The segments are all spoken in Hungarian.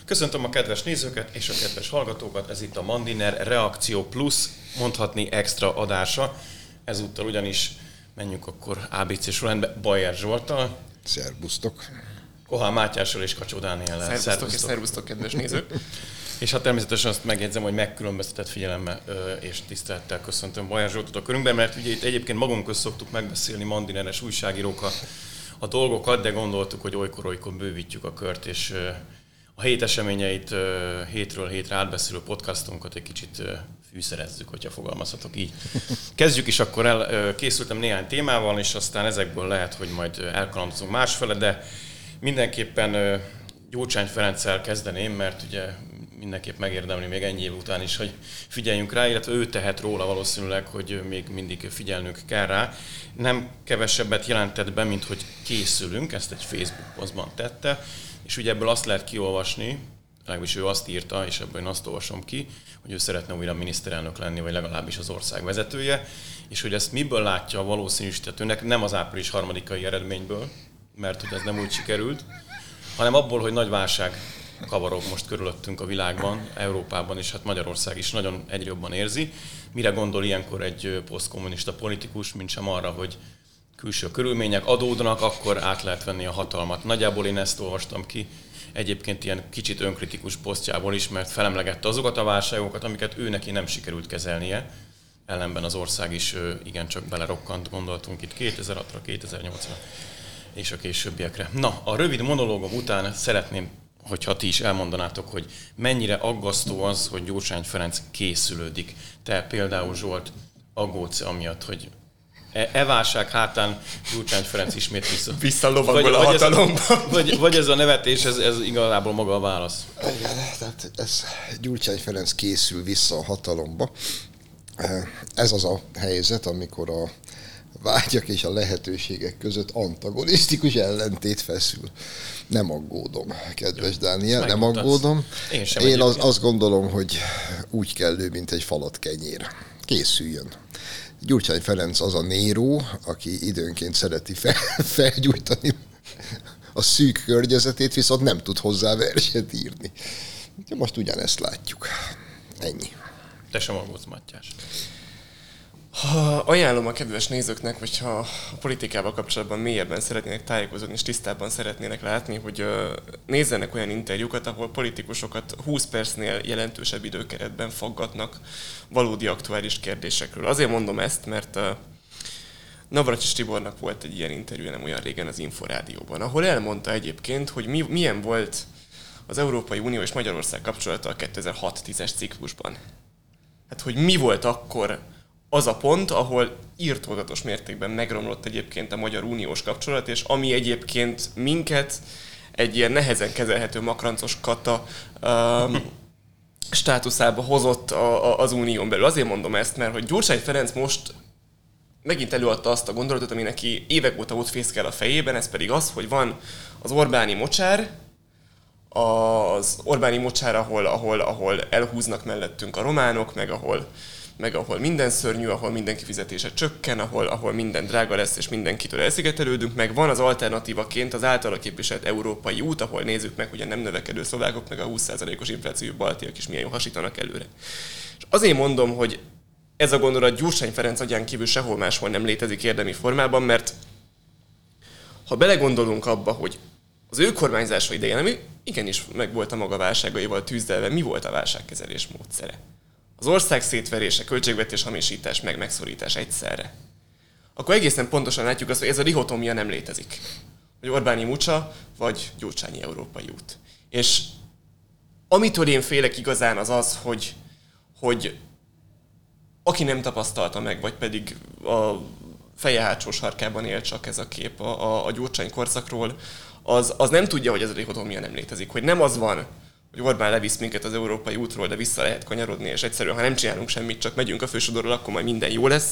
Köszöntöm a kedves nézőket és a kedves hallgatókat, ez itt a Mandiner Reakció Plus, mondhatni extra adása. Ezúttal ugyanis menjünk akkor ABC sorrendbe Bajer Zsolttal. Szerbusztok. Kohán Mátyással és Kacsó Dániellel. Szervusztok és szervusztok, kedves nézők. És hát természetesen azt megjegyzem, hogy megkülönböztetett figyelemmel és tisztelettel köszöntöm Bajer Zsoltot a körünkben, mert ugye itt egyébként magunk közt szoktuk megbeszélni mandineres újságírók a dolgokat, de gondoltuk, hogy olykor bővítjük a kört, és a hét eseményeit hétről hétre átbeszélő podcastunkat egy kicsit fűszerezzük, hogyha fogalmazhatok így. Kezdjük is akkor el, készültem néhány témával, és aztán ezekből lehet, hogy majd elkalandozunk másfele, de mindenképpen Gyurcsány Ferenccel kezdeném, mert ugye mindenképp megérdemli még ennyi év után is, hogy figyeljünk rá, illetve ő tehet róla valószínűleg, hogy még mindig figyelnünk kell rá. Nem kevesebbet jelentett be, mint hogy készülünk, ezt egy Facebook posztban tette, és ugye ebből azt lehet kiolvasni, legalábbis ő azt írta, és ebből én azt olvasom ki, hogy ő szeretne újra miniszterelnök lenni, vagy legalábbis az ország vezetője, és hogy ezt miből látja a valószínűsítetőnek, nem az április 3-ai eredményből, mert hogy ez nem úgy sikerült, hanem abból, hogy nagy válság kavarog most körülöttünk a világban, Európában, és hát Magyarország is nagyon egyre jobban érzi. Mire gondol ilyenkor egy posztkommunista politikus, mint sem arra, hogy külső körülmények adódnak, akkor át lehet venni a hatalmat. Nagyjából én ezt olvastam ki, egyébként ilyen kicsit önkritikus posztjából is, mert felemlegette azokat a válságokat, amiket ő neki nem sikerült kezelnie. Ellenben az ország is igencsak belerokkant, gondoltunk itt 2006-ra, 2008-ra és a későbbiekre. Na, a rövid monológom után szeretném, hogyha ti is elmondanátok, hogy mennyire aggasztó az, hogy Gyurcsány Ferenc készülődik. Te például, Zsolt, aggódsz amiatt, hogy válság hátán Gyurcsány Ferenc ismét visszalovagol a hatalomba. Vagy ez a nevetés, ez igazából maga a válasz. Igen, tehát Gyurcsány Ferenc készül vissza a hatalomba. Ez az a helyzet, amikor a vágyak és a lehetőségek között antagonisztikus ellentét feszül. Nem aggódom, kedves Dániel, nem aggódom. Én azt gondolom, hogy úgy kell ő, mint egy falat kenyér. Készüljön. Gyurcsány Ferenc az a Néró, aki időnként szereti felgyújtani a szűk környezetét, viszont nem tud hozzá verset írni. Most ugyanezt látjuk. Ennyi. Te sem aggódsz, Mattyás. Ajánlom a kedves nézőknek, hogyha a politikával kapcsolatban mélyebben szeretnének tájékozódni és tisztában szeretnének látni, hogy nézzenek olyan interjúkat, ahol politikusokat 20 percnél jelentősebb időkeretben faggatnak valódi aktuális kérdésekről. Azért mondom ezt, mert Navracsics Tibornak volt egy ilyen interjú nem olyan régen az Inforádióban, ahol elmondta egyébként, hogy milyen volt az Európai Unió és Magyarország kapcsolata a 2006-10-es ciklusban. Hát, hogy mi volt akkor az a pont, ahol irtózatos mértékben megromlott egyébként a magyar uniós kapcsolat, és ami egyébként minket egy ilyen nehezen kezelhető makrancos kata státuszába hozott az unión belül. Azért mondom ezt, mert hogy Gyurcsány Ferenc most megint előadta azt a gondolatot, ami neki évek óta ott fészkel a fejében, ez pedig az, hogy van az Orbáni mocsár, ahol elhúznak mellettünk a románok, meg ahol minden szörnyű, ahol mindenki fizetése csökken, ahol minden drága lesz, és mindenkitől elszigetelődünk, meg van az alternatívaként az általa képviselt európai út, ahol nézzük meg, hogy a nem növekedő szlovákok, meg a 20%-os inflációjú baltiak is milyen jól hasítanak előre. És azért mondom, hogy ez a gondolat Gyurcsány Ferenc agyán kívül sehol máshol nem létezik érdemi formában, mert ha belegondolunk abba, hogy az ő kormányzása idején, ami igenis meg volt a maga válságaival tűzdelve, mi volt a válságkezelés módszere? Az ország szétverése, költségvetés hamisítás, meg megszorítás egyszerre. Akkor egészen pontosan látjuk azt, hogy ez a dihotómia nem létezik. Hogy Orbáni mucsa, vagy Gyurcsányi európai út. És amitől én félek igazán az, hogy aki nem tapasztalta meg, vagy pedig a feje hátsó sarkában él csak ez a kép a Gyurcsány korszakról, az nem tudja, hogy ez a dihotómia nem létezik. Hogy nem az van, hogy Orbán levisz minket az európai útról, de vissza lehet kanyarodni, és egyszerűen, ha nem csinálunk semmit, csak megyünk a fősodorról, akkor majd minden jó lesz.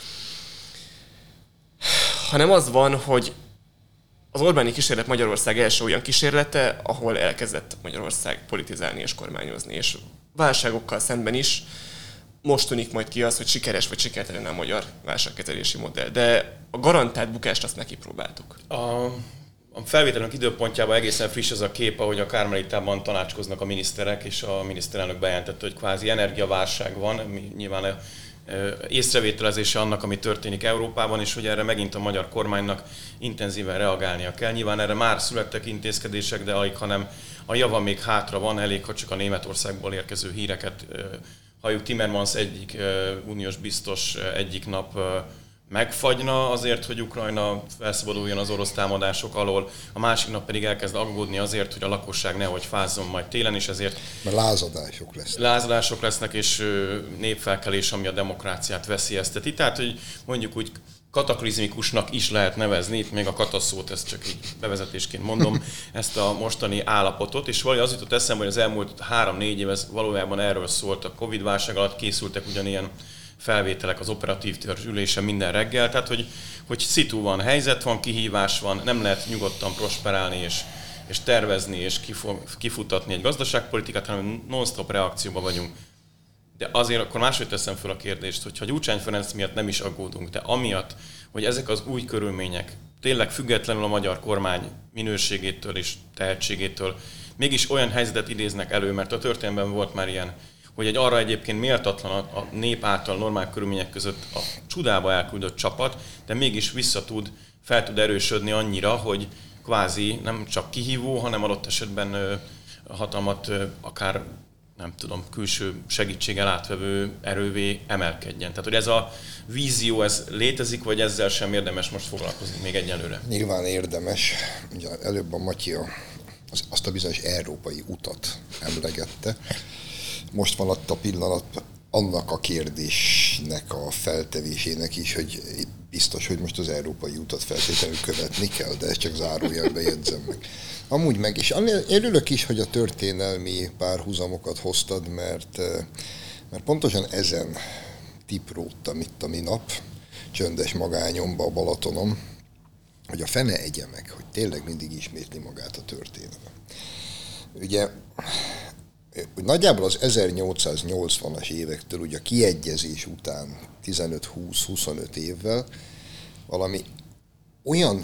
Hanem az van, hogy az Orbáni kísérlet Magyarország első olyan kísérlete, ahol elkezdett Magyarország politizálni és kormányozni, és válságokkal szemben is most tűnik majd ki az, hogy sikeres vagy sikertelen a magyar válságkezelési modell. De a garantált bukást azt neki próbáltuk. A felvételünk időpontjában egészen friss az a kép, ahogy a Kármelitában tanácskoznak a miniszterek, és a miniszterelnök bejelentette, hogy kvázi energiaválság van, nyilván észrevételezése annak, ami történik Európában, és hogy erre megint a magyar kormánynak intenzíven reagálnia kell. Nyilván erre már születtek intézkedések, de alig, hanem a java még hátra van, elég, ha csak a Németországból érkező híreket halljuk. Timmermans egyik uniós biztos egyik nap megfagyna azért, hogy Ukrajna felszabaduljon az orosz támadások alól, a másik nap pedig elkezd aggódni azért, hogy a lakosság nehogy fázzon majd télen, és ezért mert lázadások lesznek. Lázadások lesznek, és népfelkelés, ami a demokráciát veszélyezteti. Tehát, hogy mondjuk úgy kataklizmikusnak is lehet nevezni, itt még a kataszót, ezt csak így bevezetésként mondom, ezt a mostani állapotot, és valahogy az jutott eszembe, hogy az elmúlt 3-4 év valójában erről szólt. A Covid-válság alatt készültek ugyanilyen felvételek az operatív törzs ülésen minden reggel, tehát hogy szitu van, helyzet van, kihívás van, nem lehet nyugodtan prosperálni és tervezni és kifutatni egy gazdaságpolitikát, hanem non-stop reakcióban vagyunk. De azért akkor máshogy teszem fel a kérdést, hogy ha Gyurcsány Ferenc miatt nem is aggódunk, de amiatt, hogy ezek az új körülmények tényleg függetlenül a magyar kormány minőségétől és tehetségétől mégis olyan helyzetet idéznek elő, mert a történelemben volt már ilyen, hogy egy arra egyébként méltatlan a nép által normál körülmények között a csudába elküldött csapat, de mégis fel tud erősödni annyira, hogy kvázi nem csak kihívó, hanem adott esetben hatalmat akár nem tudom, külső segítséggel átvevő erővé emelkedjen. Tehát, hogy ez a vízió, ez létezik, vagy ezzel sem érdemes most foglalkozni még egyelőre? Nyilván érdemes. Ugye előbb a Matyi azt a bizonyos európai utat emlegette. Most van ott a pillanat annak a kérdésnek a feltevésének is, hogy biztos, hogy most az európai utat feltétlenül követni kell, de ezt csak zárójelbe jegyzem meg. Amúgy meg is. Örülök is, hogy a történelmi párhuzamokat hoztad, mert pontosan ezen tipróttam itt a minap, csöndes magányomba a Balatonon, hogy a fene egye meg, hogy tényleg mindig ismétli magát a történelem. Ugye nagyjából az 1880-as évektől, ugye a kiegyezés után 15-20-25 évvel valami olyan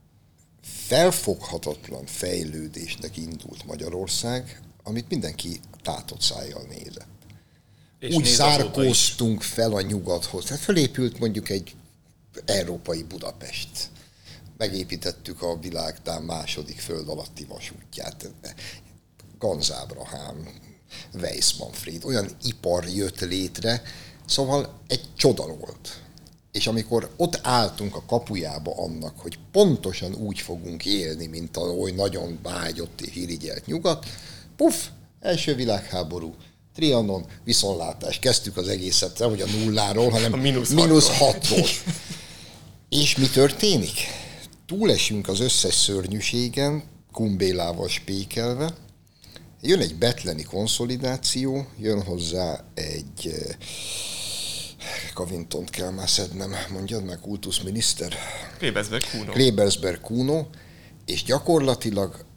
felfoghatatlan fejlődésnek indult Magyarország, amit mindenki tátott szájjal nézett. És úgy zárkóztunk fel a nyugathoz. Tehát fölépült mondjuk egy európai Budapest. Megépítettük a világtán második föld alatti vasútját. Ganz Ábrahám, Weiss Manfred, olyan ipar jött létre, szóval egy csoda volt. És amikor ott álltunk a kapujába annak, hogy pontosan úgy fogunk élni, mint ahogy nagyon vágyott és irigyelt nyugat, első világháború, Trianon, viszontlátás. Kezdtük az egészet, nem hogy a nulláról, hanem a -6-ról. És mi történik? Túlesünk az összes szörnyűségen, Kumbélával spékelve, jön egy betleni konszolidáció, jön hozzá egy Covingtont kell már szednem, mondjad meg, kultuszminiszter. Klebersberg Kuno, és gyakorlatilag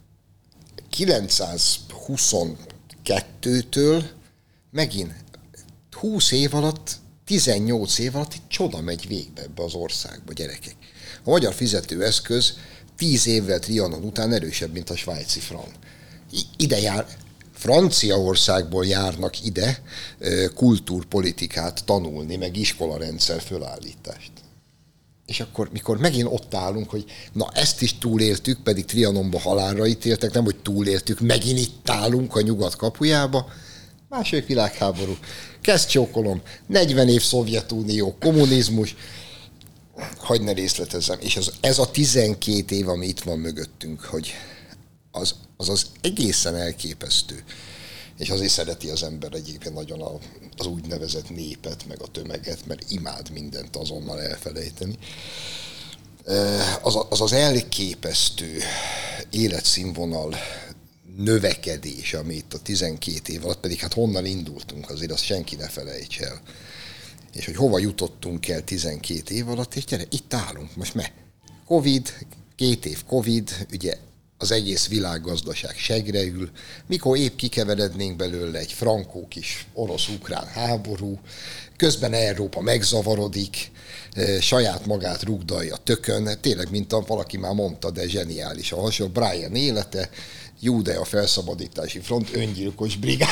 922-től megint 20 év alatt, 18 év alatt egy csoda megy végbe ebbe az országba, gyerekek. A magyar fizetőeszköz 10 évvel Trianon után erősebb, mint a svájci frank. Ide jár, Franciaországból járnak ide kultúrpolitikát tanulni, meg iskolarendszer fölállítást. És akkor, mikor megint ott állunk, hogy na ezt is túléltük, pedig Trianonba halálra ítéltek, nem hogy túléltük, megint itt állunk a nyugat kapujába, második világháború, kezd csókolom, 40 év Szovjetunió, kommunizmus, hagyd ne részletezzem, és ez a 12 év, ami itt van mögöttünk, hogy az egészen elképesztő. És azért szereti az ember egyébként nagyon az úgynevezett népet, meg a tömeget, mert imád mindent azonnal elfelejteni. Az elképesztő életszínvonal növekedés, ami itt a 12 év alatt, pedig hát honnan indultunk, azért azt senki ne felejts el. És hogy hova jutottunk el 12 év alatt, és gyere, itt állunk most, Covid, 2 év Covid, ugye az egész világgazdaság segreül, mikor épp kikeverednénk belőle egy frankó kis orosz-ukrán háború, közben Európa megzavarodik, saját magát rugdalja tökön, tényleg, mint valaki már mondta, de zseniális a hasonló, Brian élete, Júdea felszabadítási front, öngyilkos brigád.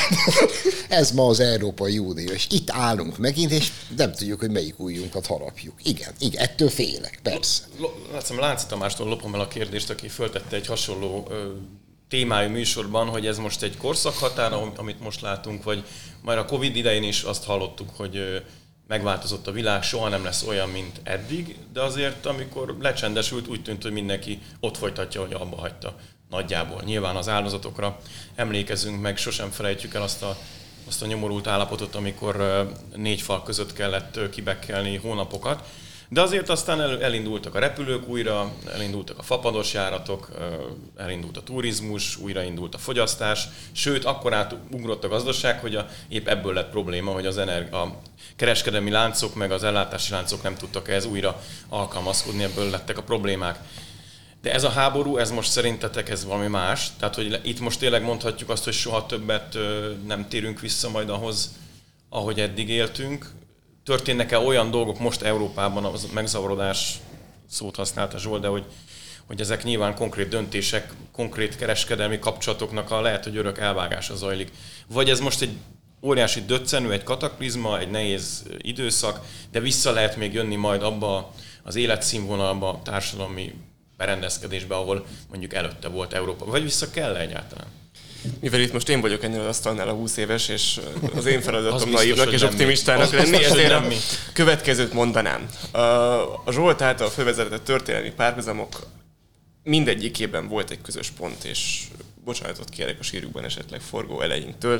Ez ma az Európai Unió, és itt állunk megint, és nem tudjuk, hogy melyik ujjunkat harapjuk. Igen, ettől félek, persze. Lánci Tamástól lopom el a kérdést, aki föltette egy hasonló témájú műsorban, hogy ez most egy korszakhatár, amit most látunk, vagy majd a Covid idején is azt hallottuk, hogy megváltozott a világ, soha nem lesz olyan, mint eddig, de azért, amikor lecsendesült, úgy tűnt, hogy mindenki ott folytatja, hogy abba hagyta nagyjából. Nyilván az áldozatokra emlékezünk meg, sosem felejtjük el azt a nyomorult állapotot, amikor 4 fal között kellett kibekkelni hónapokat. De azért aztán elindultak a repülők újra, elindultak a fapados járatok, elindult a turizmus, újraindult a fogyasztás, sőt, akkor átugrott a gazdaság, hogy épp ebből lett probléma, hogy a kereskedelmi láncok meg az ellátási láncok nem tudtak ehhez újra alkalmazkodni, ebből lettek a problémák. De ez a háború, ez most szerintetek ez valami más? Tehát, hogy itt most tényleg mondhatjuk azt, hogy soha többet nem térünk vissza majd ahhoz, ahogy eddig éltünk. Történnek-e olyan dolgok most Európában, a megzavarodás szót használta Zsolt, de hogy ezek nyilván konkrét döntések, konkrét kereskedelmi kapcsolatoknak lehet, hogy örök elvágása zajlik. Vagy ez most egy óriási döccenő, egy kataklizma, egy nehéz időszak, de vissza lehet még jönni majd abba az életszínvonalba, társadalmi berendezkedésbe, ahol mondjuk előtte volt Európa. Vagy vissza kell egyáltalán? Mivel itt most én vagyok ennél az asztalnál a 20 éves, és az én feladatom naívnak és optimistának lenni, ezért a következőt mondanám. A Zsolt által felvezetett történelmi párhuzamok mindegyikében volt egy közös pont, és bocsánatot kérek a sírjukban esetleg forgó elejénktől,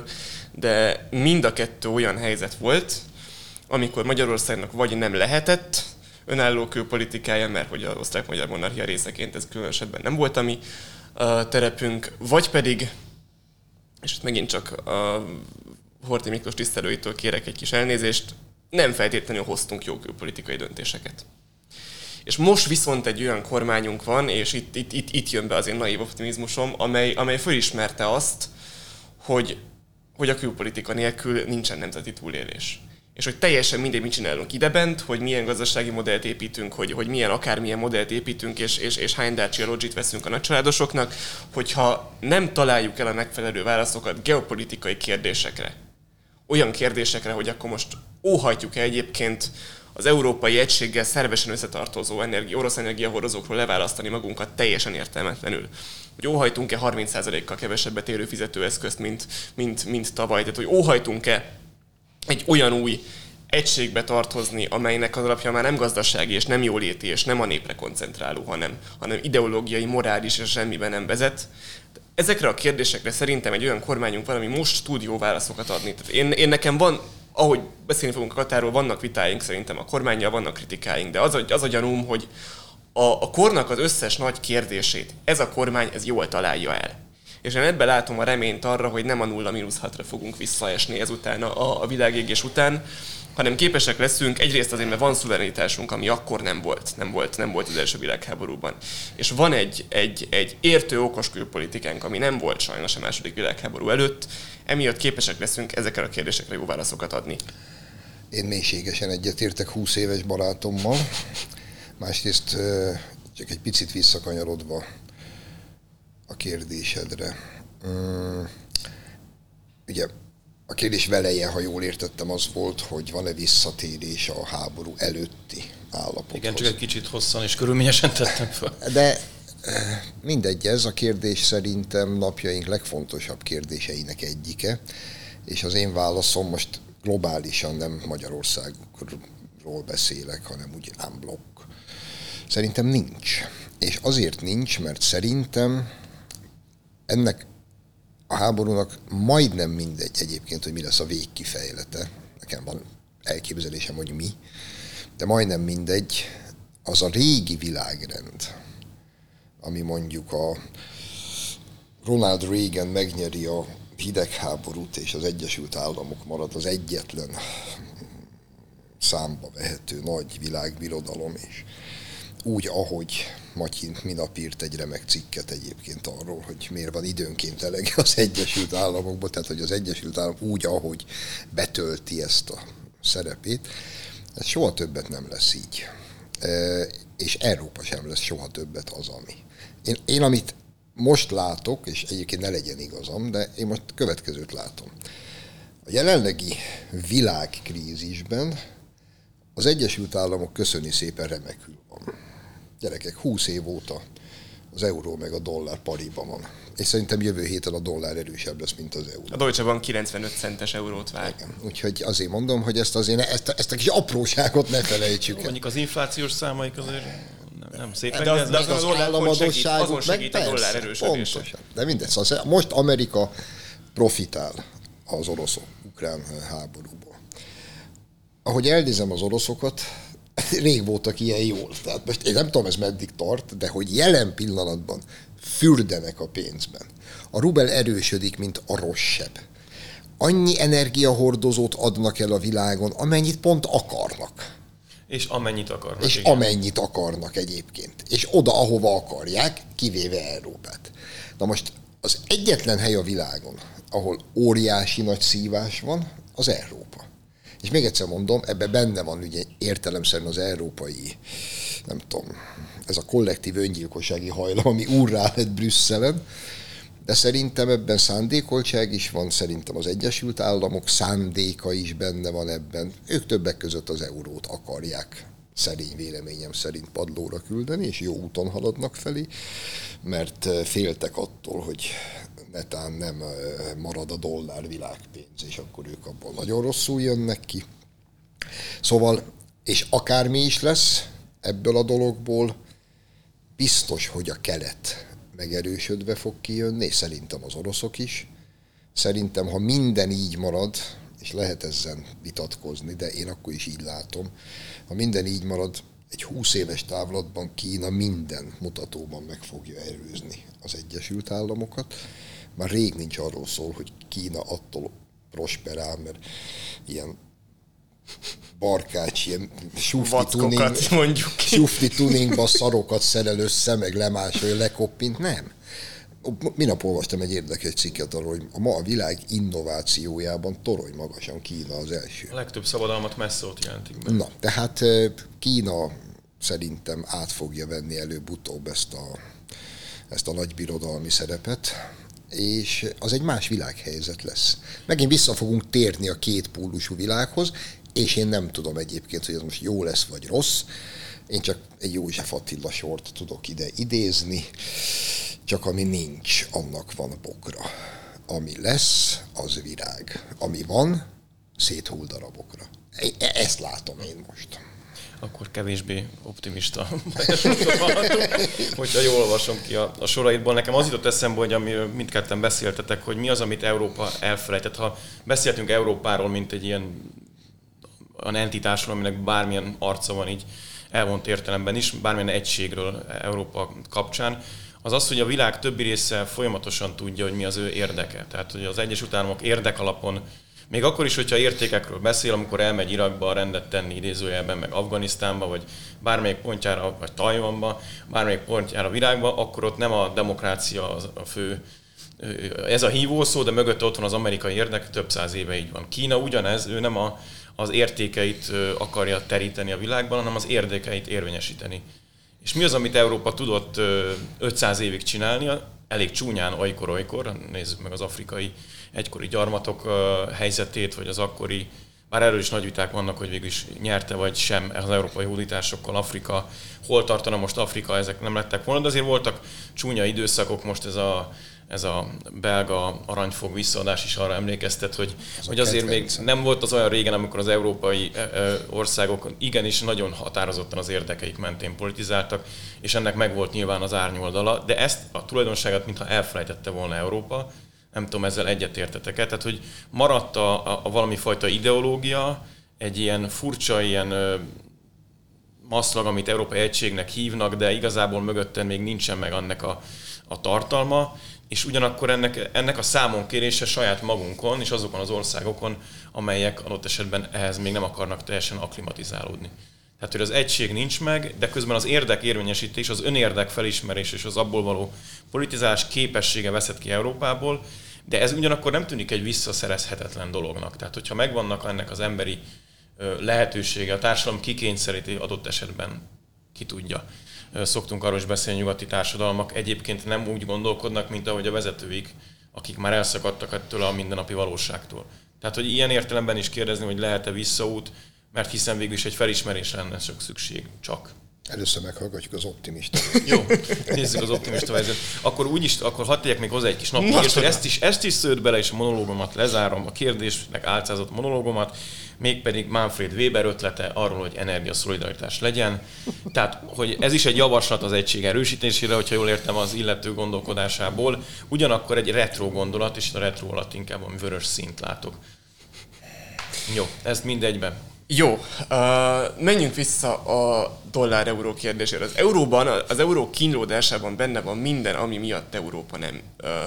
de mind a kettő olyan helyzet volt, amikor Magyarországnak vagy nem lehetett önálló külpolitikája, mert hogy az osztrák-magyar monarchia részeként ez különösebben nem volt a mi terepünk, vagy pedig, és itt megint csak a Horthy Miklós tisztelőitől kérek egy kis elnézést, nem feltétlenül hoztunk jó külpolitikai döntéseket. És most viszont egy olyan kormányunk van, és itt jön be az én naív optimizmusom, amely fölismerte azt, hogy a külpolitika nélkül nincsen nemzeti túlélés. És hogy teljesen mindegy, mit csinálunk idebent, hogy milyen gazdasági modellt építünk, hogy milyen akármilyen modellt építünk, és hány Dacia Logit veszünk a nagycsaládosoknak, hogyha nem találjuk el a megfelelő válaszokat geopolitikai kérdésekre, olyan kérdésekre, hogy akkor most óhajtjuk-e egyébként az európai egységgel szervesen összetartozó orosz energiahordozókról leválasztani magunkat teljesen értelmetlenül. Hogy óhajtunk-e 30%-kal kevesebbet érő fizetőeszközt, mint tavaly, tehát hogy óhajtunk-e egy olyan új egységbe tartozni, amelynek az alapja már nem gazdasági és nem jóléti és nem a népre koncentráló, hanem ideológiai, morális és semmiben nem vezet. Ezekre a kérdésekre szerintem egy olyan kormányunk van, ami most tud jó válaszokat adni. Tehát én nekem van, ahogy beszélni fogunk a Katáról, vannak vitáink szerintem a kormánnyal, vannak kritikáink, de az a gyanúm, hogy a kornak az összes nagy kérdését ez a kormány ez jól találja el. És én ebben látom a reményt arra, hogy nem a 0-6-ra fogunk visszaesni ezután a világégés után, hanem képesek leszünk, egyrészt azért, mert van szuverenitásunk, ami akkor nem volt az első világháborúban. És van egy értő, okos külpolitikánk, ami nem volt sajnos a második világháború előtt, emiatt képesek leszünk ezekre a kérdésekre jó válaszokat adni. Én mélységesen egyetértek 20 éves barátommal, másrészt csak egy picit visszakanyarodva a kérdésedre. Ugye a kérdés veleje, ha jól értettem, az volt, hogy van-e visszatérés a háború előtti állapothoz. Igen, csak egy kicsit hosszan és körülményesen tettem fel. De mindegy, ez a kérdés szerintem napjaink legfontosabb kérdéseinek egyike, és az én válaszom most globálisan nem Magyarországról beszélek, hanem úgy en bloc. Szerintem nincs. És azért nincs, mert szerintem ennek a háborúnak majdnem mindegy egyébként, hogy mi lesz a végkifejlete. Nekem van elképzelésem, hogy mi, de majdnem mindegy. Az a régi világrend, ami mondjuk a Ronald Reagan megnyeri a hidegháborút, és az Egyesült Államok marad az egyetlen számba vehető nagy világbirodalom, és úgy, ahogy Matyi minap írt egy remek cikket egyébként arról, hogy miért van időnként elege az Egyesült Államokban, tehát hogy az Egyesült Államok úgy, ahogy betölti ezt a szerepét, ez soha többet nem lesz így. És Európa sem lesz soha többet az, ami. Én amit most látok, és egyébként ne legyen igazam, de én most következőt látom. A jelenlegi világkrízisben az Egyesült Államok köszöni szépen remekül van. Gyerekek, 20 év óta az euró meg a dollár pariban van. És szerintem jövő héten a dollár erősebb lesz, mint az euró. A Deutsche Bank 95 centes eurót vár. Igen. Úgyhogy azért mondom, hogy ezt a kis apróságot ne felejtsük el. Mondjuk az inflációs számaik azért nem szép. De az államadósságuk segít a dollár erősödése. Pontosan. De mindegy, szóval most Amerika profitál az oroszok-ukrán háborúból. Ahogy elnézem az oroszokat, rég voltak ilyen jól. Tehát most én nem tudom, ez meddig tart, de hogy jelen pillanatban fürdenek a pénzben. A rubel erősödik, mint a rosszabb. Annyi energiahordozót adnak el a világon, amennyit pont akarnak. És amennyit akarnak. És igen. Amennyit akarnak egyébként. És oda, ahova akarják, kivéve Európát. Na most az egyetlen hely a világon, ahol óriási nagy szívás van, az Európa. És még egyszer mondom, ebben benne van ugye értelemszerűen az európai, nem tudom, ez a kollektív öngyilkossági hajlam, ami úrrá lett Brüsszelen, de szerintem ebben szándékoltság is van, szerintem az Egyesült Államok szándéka is benne van ebben. Ők többek között az eurót akarják, szerény véleményem szerint padlóra küldeni, és jó úton haladnak felé, mert féltek attól, hogy netán nem marad a dollár világpénz, és akkor ők abból nagyon rosszul jönnek ki. Szóval, és akármi is lesz ebből a dologból, biztos, hogy a kelet megerősödve fog kijönni, és szerintem az oroszok is. Szerintem, ha minden így marad, és lehet ezzel vitatkozni, de én akkor is így látom, ha minden így marad, egy 20 éves távlatban Kína minden mutatóban meg fogja előzni az Egyesült Államokat. Már rég nincs arról szól, hogy Kína attól prosperál, mert ilyen barkács, ilyen sufti tuningba szarokat szerel össze, meg lemásolja, lekoppint, nem. Minap olvastam egy érdekes cikket arról, hogy a világ innovációjában torony magasan Kína az első. A legtöbb szabadalmat messze ott jelentik be. Na, tehát Kína szerintem át fogja venni előbb-utóbb ezt a nagybirodalmi szerepet, és az egy más világhelyzet lesz. Megint vissza fogunk térni a két pólusú világhoz, és én nem tudom egyébként, hogy ez most jó lesz vagy rossz. Én csak egy József Attila sort tudok ide idézni, csak ami nincs, annak van bokra. Ami lesz, az virág. Ami van, széthull darabokra. Ezt látom én most. Akkor kevésbé optimista hogyha jól olvasom ki a soraidból. Nekem az jutott eszembe, hogy amiről mindketten beszéltetek, hogy mi az, amit Európa elfelejtett. Ha beszéltünk Európáról, mint egy ilyen entitásról, aminek bármilyen arca van így elvont értelemben is, bármilyen egységről Európa kapcsán, az, hogy a világ többi része folyamatosan tudja, hogy mi az ő érdeke. Tehát, hogy az Egyesült Államok érdekalapon, még akkor is, hogyha értékekről beszél, amikor elmegy Irakba rendet tenni idézőjelben, meg Afganisztánba, vagy bármelyik pontjára, vagy Tajvanba, bármelyik pontjára a világba, akkor ott nem a demokrácia a fő, ez a hívószó, de mögött ott van az amerikai érdek, több száz éve így van. Kína ugyanez, ő nem az értékeit akarja teríteni a világban, hanem az érdekeit érvényesíteni. És mi az, amit Európa tudott 500 évig csinálni, elég csúnyán olykor-olykor, nézzük meg az afrikai egykori gyarmatok helyzetét, vagy az akkori, bár erről is nagy viták vannak, hogy végül is nyerte vagy sem az európai hódításokkal Afrika, hol tartana most Afrika, ezek nem lettek volna, de azért voltak csúnya időszakok, most ez a belga aranyfog visszaadás is arra emlékeztet, hogy azért még nem volt az olyan régen, amikor az európai országok igenis nagyon határozottan az érdekeik mentén politizáltak, és ennek megvolt nyilván az árnyoldala, de ezt a tulajdonságát mintha elfelejtette volna Európa, nem tudom, ezzel egyetértetek-e, tehát hogy maradt a valami fajta ideológia, egy ilyen furcsa, ilyen maszlag, amit Európai Egységnek hívnak, de igazából mögötten még nincsen meg annak a tartalma, és ugyanakkor ennek a számonkérése saját magunkon és azokon az országokon, amelyek adott esetben ehhez még nem akarnak teljesen akklimatizálódni. Tehát, hogy az egység nincs meg, de közben az érdekérvényesítés, az önérdek felismerés és az abból való politizálás képessége veszett ki Európából, de ez ugyanakkor nem tűnik egy visszaszerezhetetlen dolognak. Tehát, hogyha megvannak ennek az emberi lehetősége, a társadalom kikényszeríti adott esetben, ki tudja. Szoktunk arról is beszélni, nyugati társadalmak egyébként nem úgy gondolkodnak, mint ahogy a vezetőik, akik már elszakadtak ettől a mindennapi valóságtól. Tehát, hogy ilyen értelemben is kérdezni, hogy lehet-e visszaút, mert hiszen végül is egy felismerésre lenne sok szükség, csak. Először meghallgatjuk az optimista. Jó, nézzük az optimista vezetőt. Akkor hadd tegyek még hozzá egy kis napírt, hogy ezt is szőtt bele, és a monológomat lezárom, a kérdésnek álcázott monológomat, mégpedig Manfred Weber ötlete arról, hogy energiaszolidaritás legyen. Tehát, hogy ez is egy javaslat az egység erősítésére, hogyha jól értem az illető gondolkodásából, ugyanakkor egy retro gondolat, és a retro alatt inkább a vörös színt látok. Jó, ez mindegyben. Jó, menjünk vissza a dollár-euró kérdésére. Az euró kínlódásában benne van minden, ami miatt Európa nem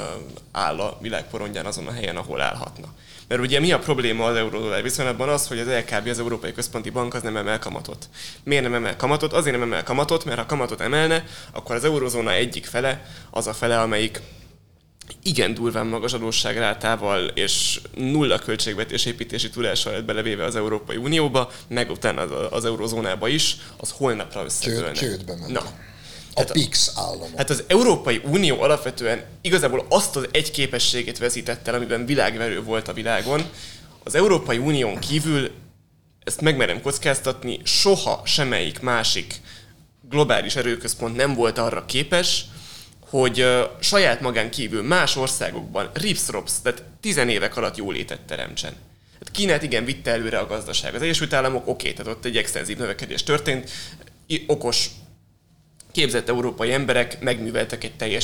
áll a világporondján azon a helyen, ahol állhatna. Mert ugye mi a probléma az euró-dollár viszonylatban az, hogy az LKB, az Európai Központi Bank az nem emel kamatot. Miért nem emel kamatot? Azért nem emel kamatot, mert ha kamatot emelne, akkor az eurozóna egyik fele, az a fele, amelyik igen durván magas adósságrátával és nulla költségvetés építési tudással lett belevéve az Európai Unióba, meg utána az eurozónába is, az holnapra összedőlne. Csődbe ment. Na. A PIX államok. Hát az Európai Unió alapvetően igazából azt az egy képességét veszítette el, amiben világverő volt a világon. Az Európai Unión kívül, ezt megmerem kockáztatni, soha semmelyik másik globális erőközpont nem volt arra képes, hogy saját magán kívül más országokban rips-rops, tehát 10 évek alatt jólétet teremtsen. Hát Kínát igen vitte előre a gazdaság. Az Egyesült Államok tehát ott egy extenzív növekedés történt, okos, képzett európai emberek megműveltek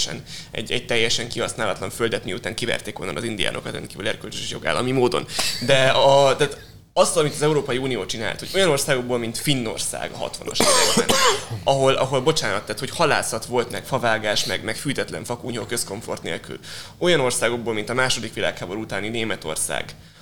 egy teljesen kihasználatlan földet, miután kiverték onnan az indiánokat rendkívül erkölcsös és jogállami módon. De azt, amit az Európai Unió csinált, hogy olyan országokból, mint Finnország a 60-as években, ahol bocsánat, tehát hogy halászat volt, meg favágás, meg fűtetlen fakúnyó közkomfort nélkül. Olyan országokból, mint a második világháború utáni Németország,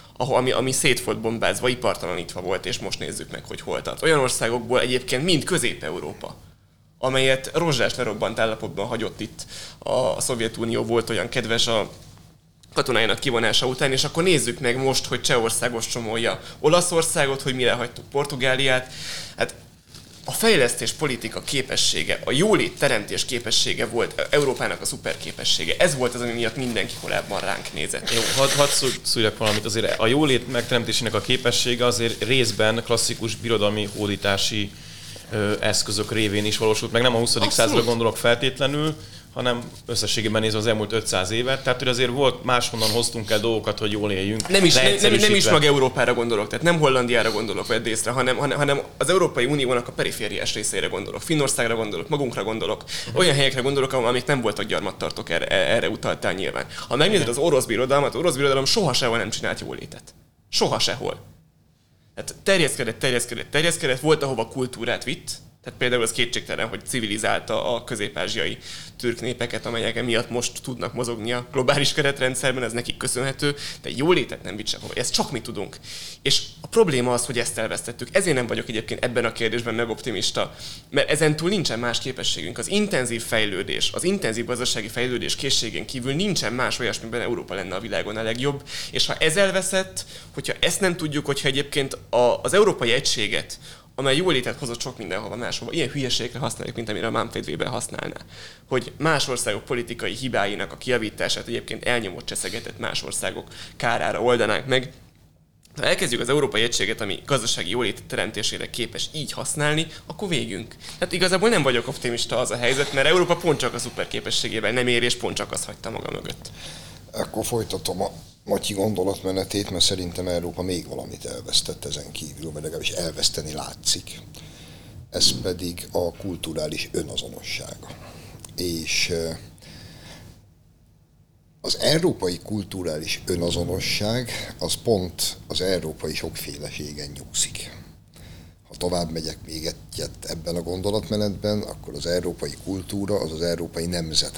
ami szét volt bombázva, ipartalanítva volt, és most nézzük meg, hogy hol tart. Olyan országokból egyébként mind Közép-Európa, amelyet rozsdás lerobbant állapotban hagyott itt a Szovjetunió, volt olyan kedves a katonáinak kivonása után, és akkor nézzük meg most, hogy Csehország ostromolja Olaszországot, hogy mire hagytuk Portugáliát. Hát a fejlesztés politika képessége, a jólét teremtés képessége volt Európának a szuperképessége. Ez volt az, ami miatt mindenki korábban ránk nézett. Jó, hadd szóljak valamit. Azért a jólét megteremtésének a képessége azért részben klasszikus birodalmi hódítási eszközök révén is valósult meg. Nem a 20. századra gondolok feltétlenül, hanem összességében nézve az elmúlt 500 évet. Tehát, hogy azért volt, máshonnan hoztunk el dolgokat, hogy jól éljünk. Nem is mag Európára gondolok, tehát nem Hollandiára gondolok, vedd észre, hanem az Európai Uniónak a perifériás részére gondolok. Finnországra gondolok, magunkra gondolok. Olyan helyekre gondolok, amik nem voltak gyarmattartók, erre utaltál nyilván. Ha megnézed az orosz birodalom soha sehol nem csinált jólétet. Soha sehol. Tehát terjeszkedett, volt, ahova kultúrát vitt. Tehát például az kétségtelen, hogy civilizálta a közép-ázsiai türk népeket, amelyek miatt most tudnak mozogni a globális keretrendszerben, ez nekik köszönhető, de jólétet nem vitt sehova. Ezt csak mi tudunk. És a probléma az, hogy ezt elvesztettük. Ezért nem vagyok egyébként ebben a kérdésben megoptimista, mert ezentúl nincsen más képességünk. Az intenzív fejlődés, az intenzív gazdasági fejlődés készségén kívül nincsen más olyasmiben Európa lenne a világon a legjobb, és ha ez elveszett, hogyha ezt nem tudjuk, hogyha egyébként az európai egységet, amely jólétet hozott sok mindenhova máshova. Ilyen hülyeségre használjuk, mint amire a Manfred Weber használná. Hogy más országok politikai hibáinak a kijavítását egyébként elnyomott cseszegetett más országok kárára oldanánk meg. Ha elkezdjük az európai egységet, ami gazdasági jólét teremtésére képes így használni, akkor végünk. Tehát igazából nem vagyok optimista az a helyzet, mert Európa pont csak a szuperképességével nem ér, és pont csak azt hagyta maga mögött. Akkor folytatom a Matyi gondolatmenetét, mert szerintem Európa még valamit elvesztett ezen kívül, mert legalábbis elveszteni látszik. Ez pedig a kulturális önazonossága. És az európai kulturális önazonosság az pont az európai sokféleségen nyugszik. Ha tovább megyek még egyet ebben a gondolatmenetben, akkor az európai kultúra az európai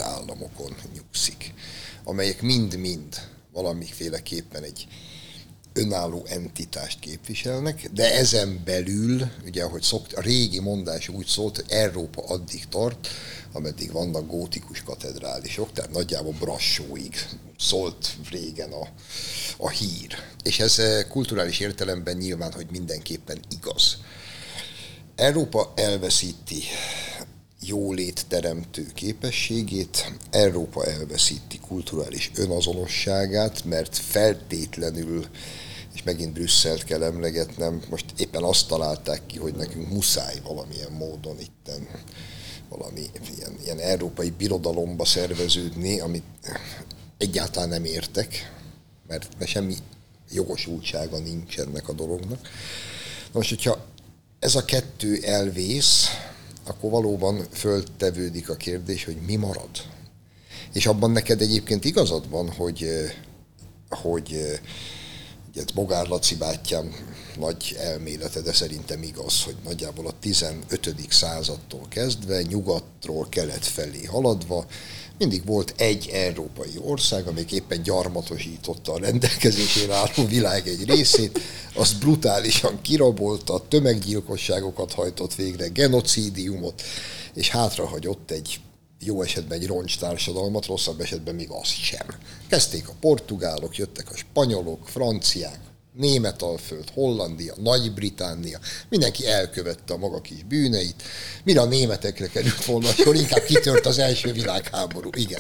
nemzetállamokon nyugszik, amelyek mind-mind valamiféleképpen egy önálló entitást képviselnek, de ezen belül, ugye ahogy a régi mondás úgy szólt, hogy Európa addig tart, ameddig vannak gótikus katedrálisok, tehát nagyjából Brassóig szólt régen a hír. És ez kulturális értelemben nyilván, hogy mindenképpen igaz. Európa elveszíti jólét teremtő képességét, Európa elveszíti kulturális önazonosságát, mert feltétlenül, és megint Brüsszelt kell emlegetnem, most éppen azt találták ki, hogy nekünk muszáj valamilyen módon itten valami ilyen európai birodalomba szerveződni, amit egyáltalán nem értek, mert semmi jogosultsága nincs ennek a dolognak. Na most, hogyha ez a kettő elvész, akkor valóban föltevődik a kérdés, hogy mi marad. És abban neked egyébként igazad van, hogy ugye Bogár Laci bátyám nagy elmélete, de szerintem igaz, hogy nagyjából a 15. századtól kezdve, nyugatról kelet felé haladva, mindig volt egy európai ország, amelyik éppen gyarmatosította a rendelkezésére álló világ egy részét, azt brutálisan kirabolta, tömeggyilkosságokat hajtott végre, genocídiumot, és hátrahagyott egy jó esetben egy roncstársadalmat, rosszabb esetben még azt sem. Kezdték a portugálok, jöttek a spanyolok, franciák, Németalföld, Hollandia, Nagy-Britannia, mindenki elkövette a maga kis bűneit, mire a németekre került volna, akkor inkább kitört az első világháború. Igen.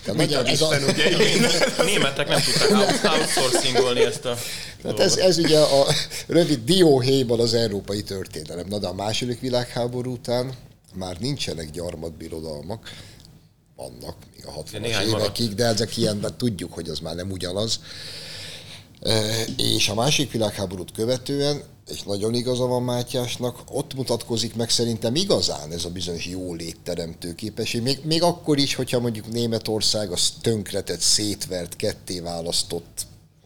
A németek nem tudták outsourcingolni ezt a hát ez ugye a rövid dióhéjban az európai történelem. Na de a második világháború után már nincsenek gyarmatbirodalmak, vannak még a 60-as évekig, de ezek ilyenben tudjuk, hogy az már nem ugyanaz. És a másik világháborút követően, és nagyon igaza van Mátyásnak, ott mutatkozik meg szerintem igazán ez a bizonyos jólétteremtő képesség. Még akkor is, hogyha mondjuk Németország az tönkretett, szétvert, kettéválasztott,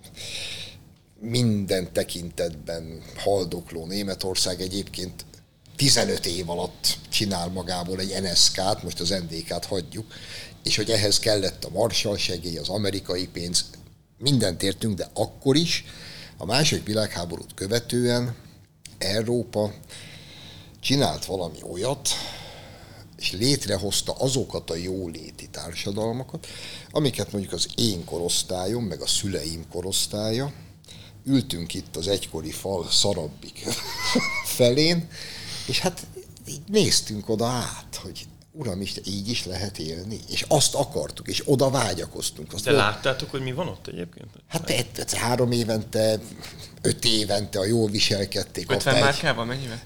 minden tekintetben haldokló Németország egyébként 15 év alatt csinál magából egy NSZK-t, most az NDK-t hagyjuk, és hogy ehhez kellett a Marshall segély, az amerikai pénz, mindent értünk, de akkor is a második világháborút követően Európa csinált valami olyat, és létrehozta azokat a jóléti társadalmakat, amiket mondjuk az én korosztályom, meg a szüleim korosztálya, ültünk itt az egykori fal szarabbik felén, és hát így néztünk oda át, hogy Uramisten, így is lehet élni. És azt akartuk, és oda vágyakoztunk. De láttátok, hogy mi van ott egyébként? Hát 3 évente, 5 évente, a jól viselkedték. 50 márkában mennyivel?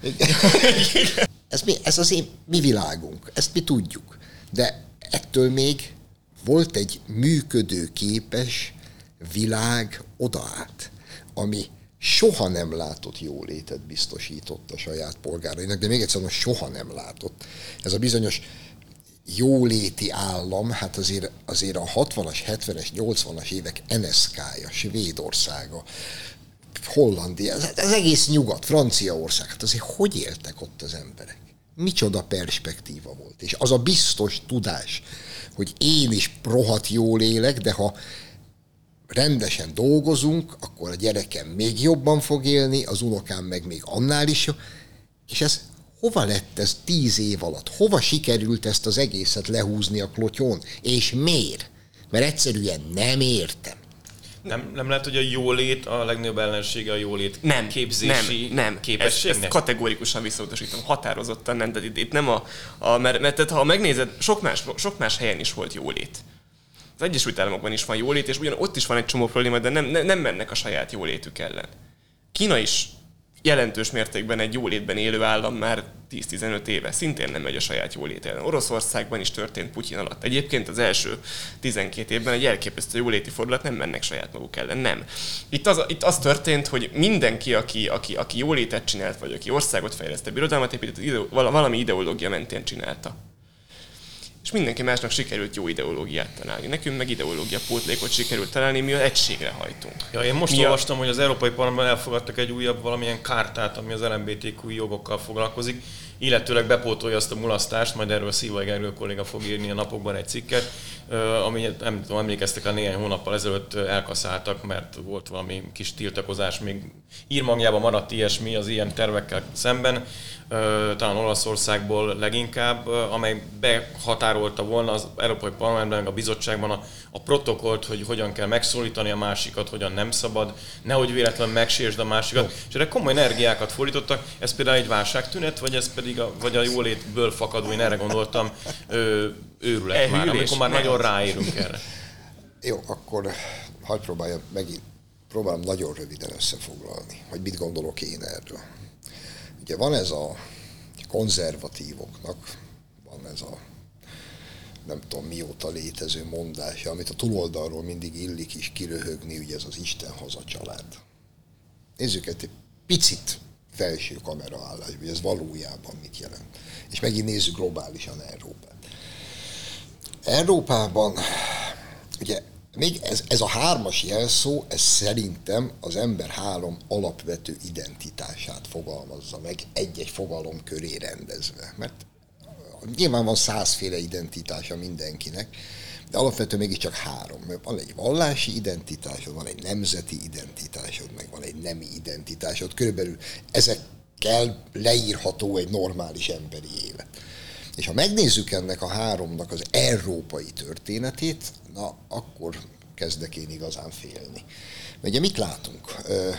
Ez az mi világunk, ezt mi tudjuk. De ettől még volt egy működőképes világ odaát, ami soha nem látott jólétet biztosított a saját polgárainak, de még egyszer mondom, soha nem látott. Ez a bizonyos jóléti állam, hát azért a 60-as, 70-es, 80-as évek NSZK-ja, Svédországa, Hollandia, az egész nyugat, Franciaország, hát azért hogy éltek ott az emberek? Micsoda perspektíva volt. És az a biztos tudás, hogy én is rohadt jól élek, de ha rendesen dolgozunk, akkor a gyerekem még jobban fog élni, az unokám meg még annál is jobb. És ez hova lett ez 10 év alatt? Hova sikerült ezt az egészet lehúzni a klotyón? És miért? Mert egyszerűen nem értem. Nem lehet, hogy a jólét a legnagyobb ellensége a jólét képzési képességnek? Ezt kategórikusan visszautasítom, határozottan nem, de itt nem mert ha megnézed, sok más helyen is volt jólét. Az Egyesült Államokban is van jólét, és ugyan ott is van egy csomó probléma, de nem mennek a saját jólétük ellen. Kína is jelentős mértékben egy jólétben élő állam már 10-15 éve, szintén nem megy a saját jólét ellen. Oroszországban is történt Putyin alatt. Egyébként az első 12 évben egy elképesztő jóléti fordulat, nem mennek saját maguk ellen, nem. Itt az történt, hogy mindenki, aki jólétet csinált, vagy aki országot fejlesztett, birodalmat épített, valami ideológia mentén csinálta. És mindenki másnak sikerült jó ideológiát találni. Nekünk meg ideológia pótlékot sikerült találni, mi az egységre hajtunk. Ja, én most olvastam, hogy az Európai Parlamentben elfogadtak egy újabb valamilyen kártát, ami az LMBTQ jogokkal foglalkozik, illetőleg bepótolja azt a mulasztást, majd erről Szívai Gergő kolléga fog írni a napokban egy cikket, ami nem tudom, emlékeztek el, néhány hónappal ezelőtt elkaszáltak, mert volt valami kis tiltakozás, még írmagjában maradt ilyesmi az ilyen tervekkel szemben, talán Olaszországból leginkább, amely behatárolta volna az Európai Parlamentben, a bizottságban a protokollt, hogy hogyan kell megszólítani a másikat, hogyan nem szabad, nehogy véletlenül megsértsd a másikat, és erre komoly energiákat fordítottak. Ez például egy válságtünet, vagy ez pedig a jólétből fakadó, én erre gondoltam, őrület már, amikor már nagyon ráérünk erre. Jó, akkor hadd próbálom nagyon röviden összefoglalni, hogy mit gondolok én erről. Ugye van ez a konzervatívoknak, van ez a nem tudom mióta létező mondása, amit a túloldalról mindig illik is kiröhögni, ugye ez az Isten haza család. Nézzük egy picit felső kameraállás, hogy ez valójában mit jelent. És megint nézzük globálisan Európát. Európában, ugye még ez a 3-as jelszó, ez szerintem az ember 3 alapvető identitását fogalmazza meg egy-egy fogalom köré rendezve. Mert nyilván van 100 féle identitása mindenkinek, de alapvetően mégiscsak 3. Mert van egy vallási identitásod, van egy nemzeti identitásod, meg van egy nemi identitásod. Körülbelül ezekkel leírható egy normális emberi élet. És ha megnézzük ennek a 3-nak az európai történetét, na akkor kezdek én igazán félni. Mert ugye mit látunk?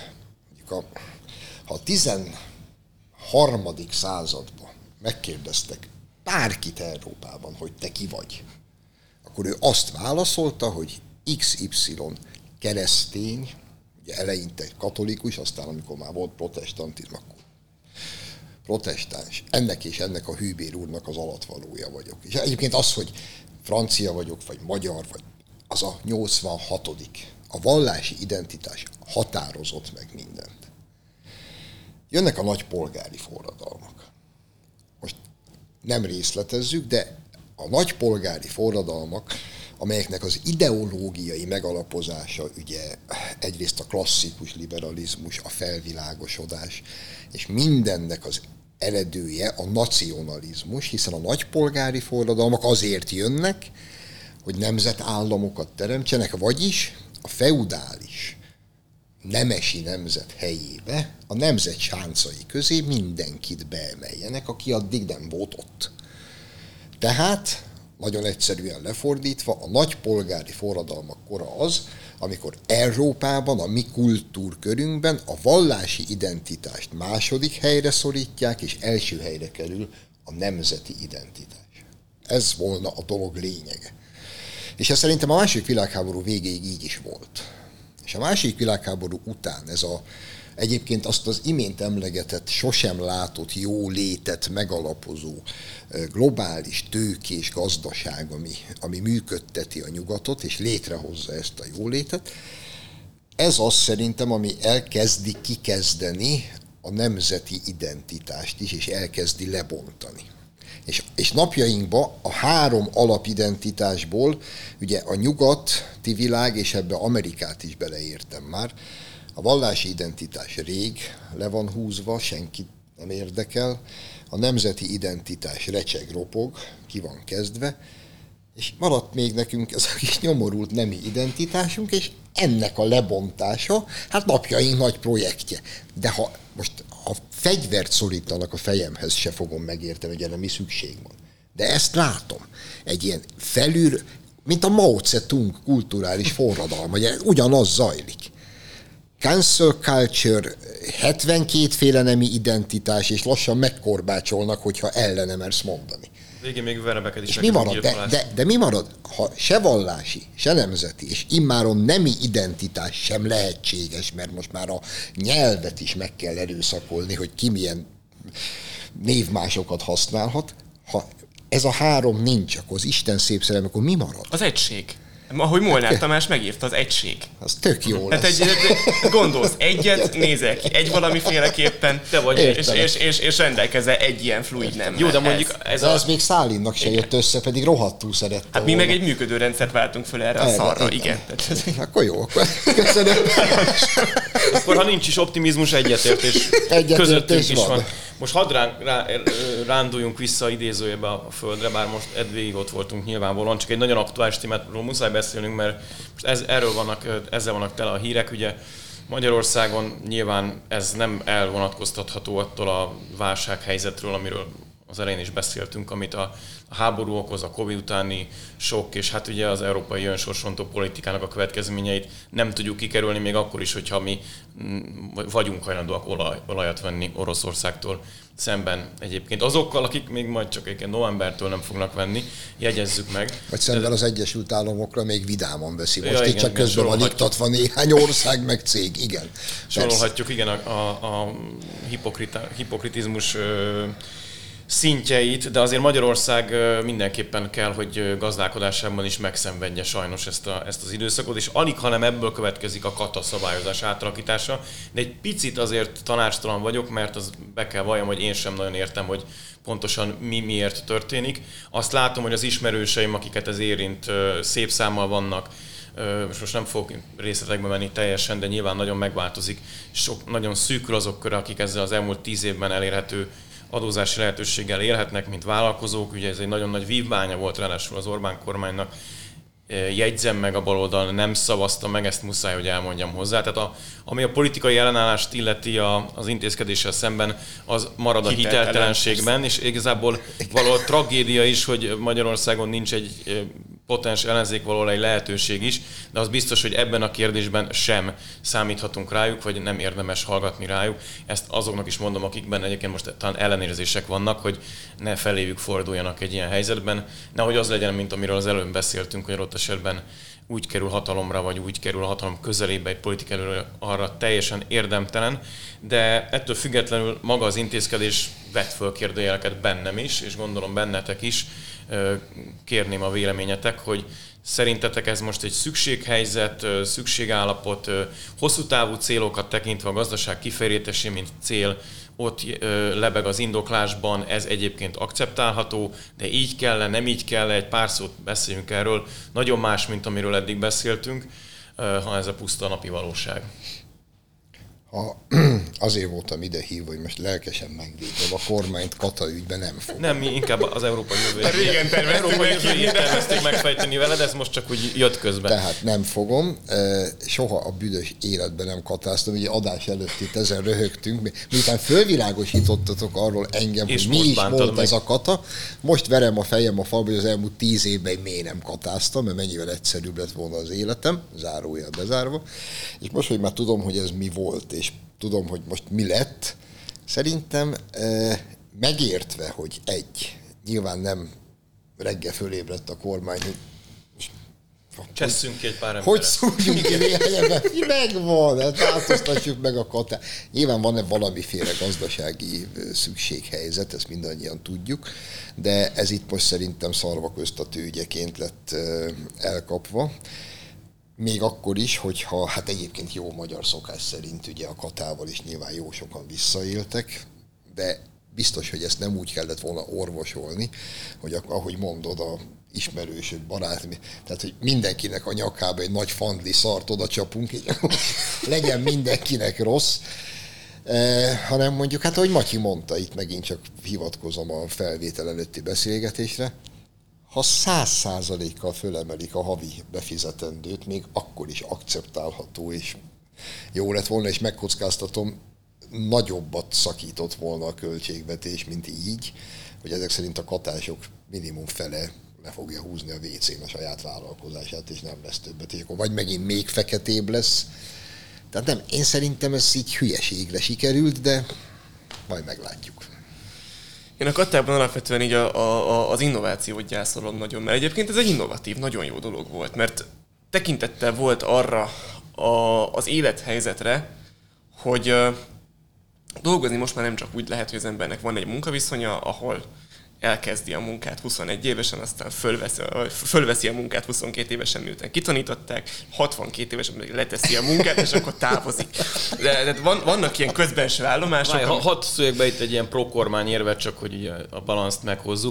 Ha a 13. században megkérdeztek bárkit Európában, hogy te ki vagy, akkor ő azt válaszolta, hogy XY keresztény, ugye eleinte katolikus, aztán amikor már volt protestantizmus, akkor protestáns, ennek és ennek a Hűbér úrnak az alatvalója vagyok. És egyébként az, hogy francia vagyok, vagy magyar, vagy az a 86. A vallási identitás határozott meg mindent. Jönnek a nagy polgári forradalmak. Most nem részletezzük, de a nagy polgári forradalmak, amelyeknek az ideológiai megalapozása ugye egyrészt a klasszikus liberalizmus, a felvilágosodás, és mindennek az eredője a nacionalizmus, hiszen a nagypolgári forradalmak azért jönnek, hogy nemzetállamokat teremtsenek, vagyis a feudális nemesi nemzet helyébe a nemzet sáncai közé mindenkit beemeljenek, aki addig nem volt ott. Tehát, nagyon egyszerűen lefordítva, a nagypolgári forradalmak kora az, amikor Európában, a mi kultúrkörünkben a vallási identitást második helyre szorítják, és első helyre kerül a nemzeti identitás. Ez volna a dolog lényege. És ez szerintem a második világháború végéig így is volt. És a második világháború után ez egyébként azt az imént emlegetett, sosem látott jólétet megalapozó globális tőkés gazdaság, ami működteti a nyugatot, és létrehozza ezt a jólétet, ez az szerintem, ami elkezdi kikezdeni a nemzeti identitást is, és elkezdi lebontani. És napjainkban a 3 alapidentitásból, ugye a nyugati világ, és ebbe Amerikát is beleértem már, a vallási identitás rég le van húzva, senkit nem érdekel, a nemzeti identitás recseg, ropog, ki van kezdve, és maradt még nekünk ez a kis nyomorult nemi identitásunk, és ennek a lebontása, hát napjaink nagy projektje. De ha most a fegyvert szorítanak a fejemhez, se fogom megérteni, hogy erre mi szükség van. De ezt látom. Egy ilyen felül, mint a Mao Tse-tung kulturális forradalma, ugye ugyanaz zajlik. Cancel culture, 72 féle nemi identitás, és lassan megkorbácsolnak, hogyha ellene mersz mondani. Végén még verebeket is. És mi marad? De mi marad? Ha se vallási, se nemzeti, és immáron nemi identitás sem lehetséges, mert most már a nyelvet is meg kell erőszakolni, hogy ki milyen névmásokat használhat. Ha ez a 3 nincs, akkor az Isten szép szerelem, akkor mi marad? Az egység. Ahogy Molnár Tamás megírta, az egység. Az tök jó lesz. Hát gondolsz, egyet nézel ki, egy valamiféleképpen, te vagy és rendelkezel egy ilyen fluid nem. Jó, de mondjuk ez még Szálinnak se jött össze, pedig rohadtul szerette. Hát mi meg egy működő rendszert váltunk föl erre a szarra, igen. Akkor jó, akkor köszönöm. Akkor ha nincs is optimizmus, egyetértés közöttünk is van. Most hadd ránduljunk vissza idézőjebe a földre, bár most eddig ott voltunk nyilvánvalóan, csak egy nagyon aktuális témáról muszáj beszélnünk, mert most ezzel vannak tele a hírek. Ugye Magyarországon nyilván ez nem elvonatkoztatható attól a válsághelyzetről, amiről az elején is beszéltünk, amit a háború okoz, a Covid utáni sok, és hát ugye az európai önsorsontó politikának a következményeit nem tudjuk kikerülni, még akkor is, hogyha mi vagyunk hajlandóak olajat venni Oroszországtól szemben egyébként. Azokkal, akik még majd csak egy novembertől nem fognak venni, jegyezzük meg. Vagy szemben az Egyesült Államokra még vidáman veszi. Most itt csak közben van iktatva néhány ország, meg cég, igen. Sorolhatjuk, igen, a hipokritizmus szintjeit, de azért Magyarország mindenképpen kell, hogy gazdálkodásában is megszenvedje sajnos ezt az időszakot, és alig, hanem ebből következik a kata szabályozás átalakítása. De egy picit azért tanácstalan vagyok, mert az be kell valljam, hogy én sem nagyon értem, hogy pontosan miért történik. Azt látom, hogy az ismerőseim, akiket ez érint, szép számmal vannak, most nem fogok részletekbe menni teljesen, de nyilván nagyon megváltozik. Nagyon szűkül azok köre, akik ezzel az elmúlt 10 évben elérhető adózási lehetőséggel élhetnek, mint vállalkozók. Ugye ez egy nagyon nagy vívmánya volt ráadásul az Orbán kormánynak. Jegyzem meg, a baloldal nem szavazta meg, ezt muszáj, hogy elmondjam hozzá. Tehát ami a politikai ellenállást illeti az intézkedéssel szemben, az marad a hiteltelenségben, és igazából valahol tragédia is, hogy Magyarországon nincs egy potens ellenzék, valahol egy lehetőség is, de az biztos, hogy ebben a kérdésben sem számíthatunk rájuk, vagy nem érdemes hallgatni rájuk. Ezt azoknak is mondom, akikben egyébként most talán ellenérzések vannak, hogy ne feléjük forduljanak egy ilyen helyzetben. Nehogy az legyen, mint amiről az előbb beszéltünk, hogy ott esetben úgy kerül hatalomra, vagy úgy kerül a hatalom közelébe egy politikai arra teljesen érdemtelen, de ettől függetlenül maga az intézkedés vett föl kérdőjeleket bennem is, és gondolom bennetek is. Kérném a véleményetek, hogy szerintetek ez most egy szükséghelyzet, szükségállapot, hosszú távú célokat tekintve a gazdaság kifejlesztésé, mint cél, ott lebeg az indoklásban, ez egyébként akceptálható, de így kell, nem így kell, egy pár szót beszéljünk erről. Nagyon más, mint amiről eddig beszéltünk, ha ez a puszta napi valóság. Azért voltam ide hívva, hogy most lelkesen megvédem a kormányt kata ügyben, nem fog. Nem, mi inkább az európai jövőjét terveztük megfejteni veled, ez most csak úgy jött közben. Tehát nem fogom. Soha a büdös életben nem katáztam, ugye adás előtt itt ezen röhögtünk. Miután fölvilágosítottatok arról engem, és hogy mi is volt meg ez a kata, most verem a fejem a falba, hogy az elmúlt 10 évben miért nem katáztam, mert mennyivel egyszerűbb lett volna az életem, zárójel bezárva. És most, hogy már tudom, hogy ez mi volt, és tudom, hogy most mi lett, szerintem megértve, hogy nyilván nem reggel fölébredt a kormány, hogy csesszünk ki egy pár emberet. Hogy szúrjunk ki néhány megvan, hát változtatjuk meg a katát. Nyilván van-e valamiféle gazdasági szükséghelyzet, ezt mindannyian tudjuk, de ez itt most szerintem szarvaköztatő ügyeként lett elkapva. Még akkor is, hogyha hát egyébként jó magyar szokás szerint ugye a katával is nyilván jó sokan visszaéltek, de biztos, hogy ezt nem úgy kellett volna orvosolni, hogy ahogy mondod, a ismerősök, barát, tehát hogy mindenkinek a nyakába egy nagy fandli szart oda csapunk, így legyen mindenkinek rossz, hanem mondjuk, hát ahogy Matyi mondta, itt megint csak hivatkozom a felvétel előtti beszélgetésre, ha 100%-kal fölemelik a havi befizetendőt, még akkor is akceptálható, és jó lett volna, és megkockáztatom, nagyobbat szakított volna a költségvetés, mint így, hogy ezek szerint a katások minimum fele le fogja húzni a WC-n a saját vállalkozását, és nem lesz többet, és akkor vagy megint még feketébb lesz. Tehát nem, én szerintem ez így hülyeségre sikerült, de majd meglátjuk. Én a katában alapvetően így az innovációt gyászolom nagyon, mert egyébként ez egy innovatív, nagyon jó dolog volt, mert tekintettel volt arra az élethelyzetre, hogy dolgozni most már nem csak úgy lehet, hogy az embernek van egy munkaviszonya, ahol elkezdi a munkát 21 évesen, aztán fölveszi a munkát 22 évesen, miután kitanították, 62 évesen leteszi a munkát, és akkor távozik. De vannak ilyen közbenső állomások. Hadd szüljek be itt egy ilyen pro-kormány érvet, csak hogy a balanszt meghozzuk.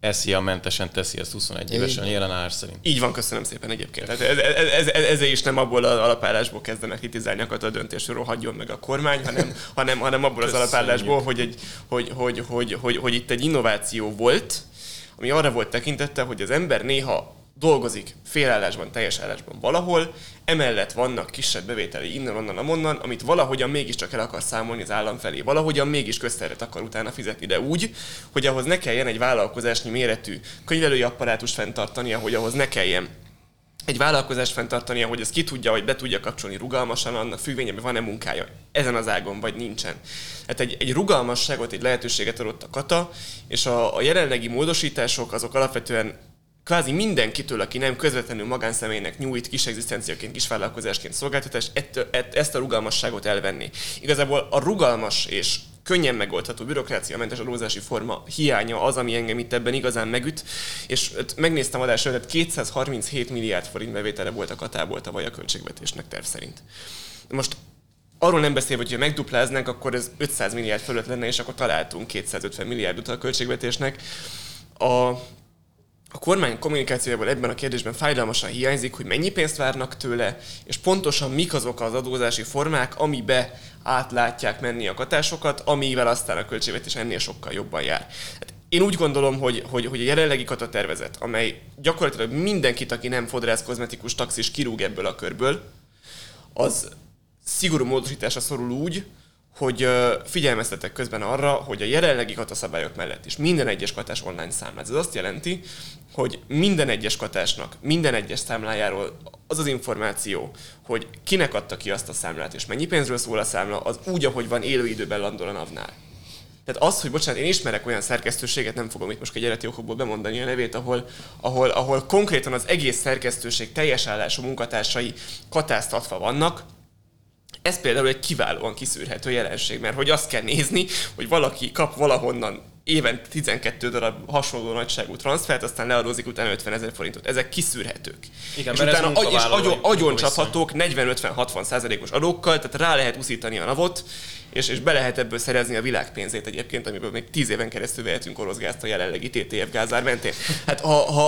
SZIA-mentesen teszi ezt 21 évesen jelen ár szerint. Így van, köszönöm szépen egyébként. Ezért is nem abból az alapállásból kezdenek kritizálni a döntésről, hagyjon meg a kormány, hanem abból az alapállásból, hogy itt egy innováció volt, ami arra volt tekintette, hogy az ember néha dolgozik félállásban, teljes állásban valahol, emellett vannak kisebb bevételei innen, onnan, amit valahogyan mégiscsak el akar számolni az állam felé, valahogyan mégis közterret akar utána fizetni, de úgy, hogy ahhoz ne kelljen egy vállalkozásnyi méretű könyvelői apparátust fenntartania, hogy ahhoz ne kelljen egy vállalkozást fenntartania, hogy ez ki tudja, vagy be tudja kapcsolni rugalmasan, annak függvényében van-e munkája ezen az ágon, vagy nincsen. Hát egy rugalmasságot, egy lehetőséget adott a kata, és a jelenlegi módosítások azok alapvetően kvázi mindenkitől, aki nem közvetlenül magánszemélynek nyújt kis egzisztenciaként, kis vállalkozásként szolgáltatást, ezt a rugalmasságot elvenni. Igazából a rugalmas és könnyen megoldható bürokráciamentes adózási forma hiánya az, ami engem itt ebben igazán megüt, és megnéztem adásra, tehát 237 milliárd forint bevétele volt a katából tavaly a költségvetésnek terv szerint. Most arról nem beszélve, hogy ha megdupláznánk, akkor ez 500 milliárd fölött lenne, és akkor találtunk 250 milliárdot a költségvetésnek. A kormány kommunikációjából ebben a kérdésben fájdalmasan hiányzik, hogy mennyi pénzt várnak tőle, és pontosan mik azok az adózási formák, amibe átlátják menni a katásokat, amivel aztán a költségvetés ennél sokkal jobban jár. Hát én úgy gondolom, hogy a jelenlegi katatervezet, amely gyakorlatilag mindenkit, aki nem fodrász, kozmetikus, taxis kirúg ebből a körből, az szigorú módosításra szorul úgy, hogy figyelmeztetek közben arra, hogy a jelenlegi kataszabályok mellett is minden egyes katás online számláz. Ez azt jelenti, hogy minden egyes katásnak, minden egyes számlájáról az az információ, hogy kinek adta ki azt a számlát, és mennyi pénzről szól a számla, az úgy, ahogy van élő időben landol a NAV-nál. Tehát az, hogy bocsánat, én ismerek olyan szerkesztőséget, nem fogom itt most egyeleti okokból bemondani a nevét, ahol konkrétan az egész szerkesztőség teljes állású munkatársai katáztatva vannak. Ez például egy kiválóan kiszűrhető jelenség, mert hogy azt kell nézni, hogy valaki kap valahonnan évente 12 darab hasonló nagyságú transfert, aztán leadózik utána 50 000 forintot. Ezek kiszűrhetők. Igen, és utána agyoncsaphatók 40-50-60%-os adókkal, tehát rá lehet uszítani a NAV-ot, és be lehet ebből szerezni a világpénzét egyébként, amiből még 10 éven keresztül vehetünk oroszgázt a jelenlegi TTF gázár mentén. Hát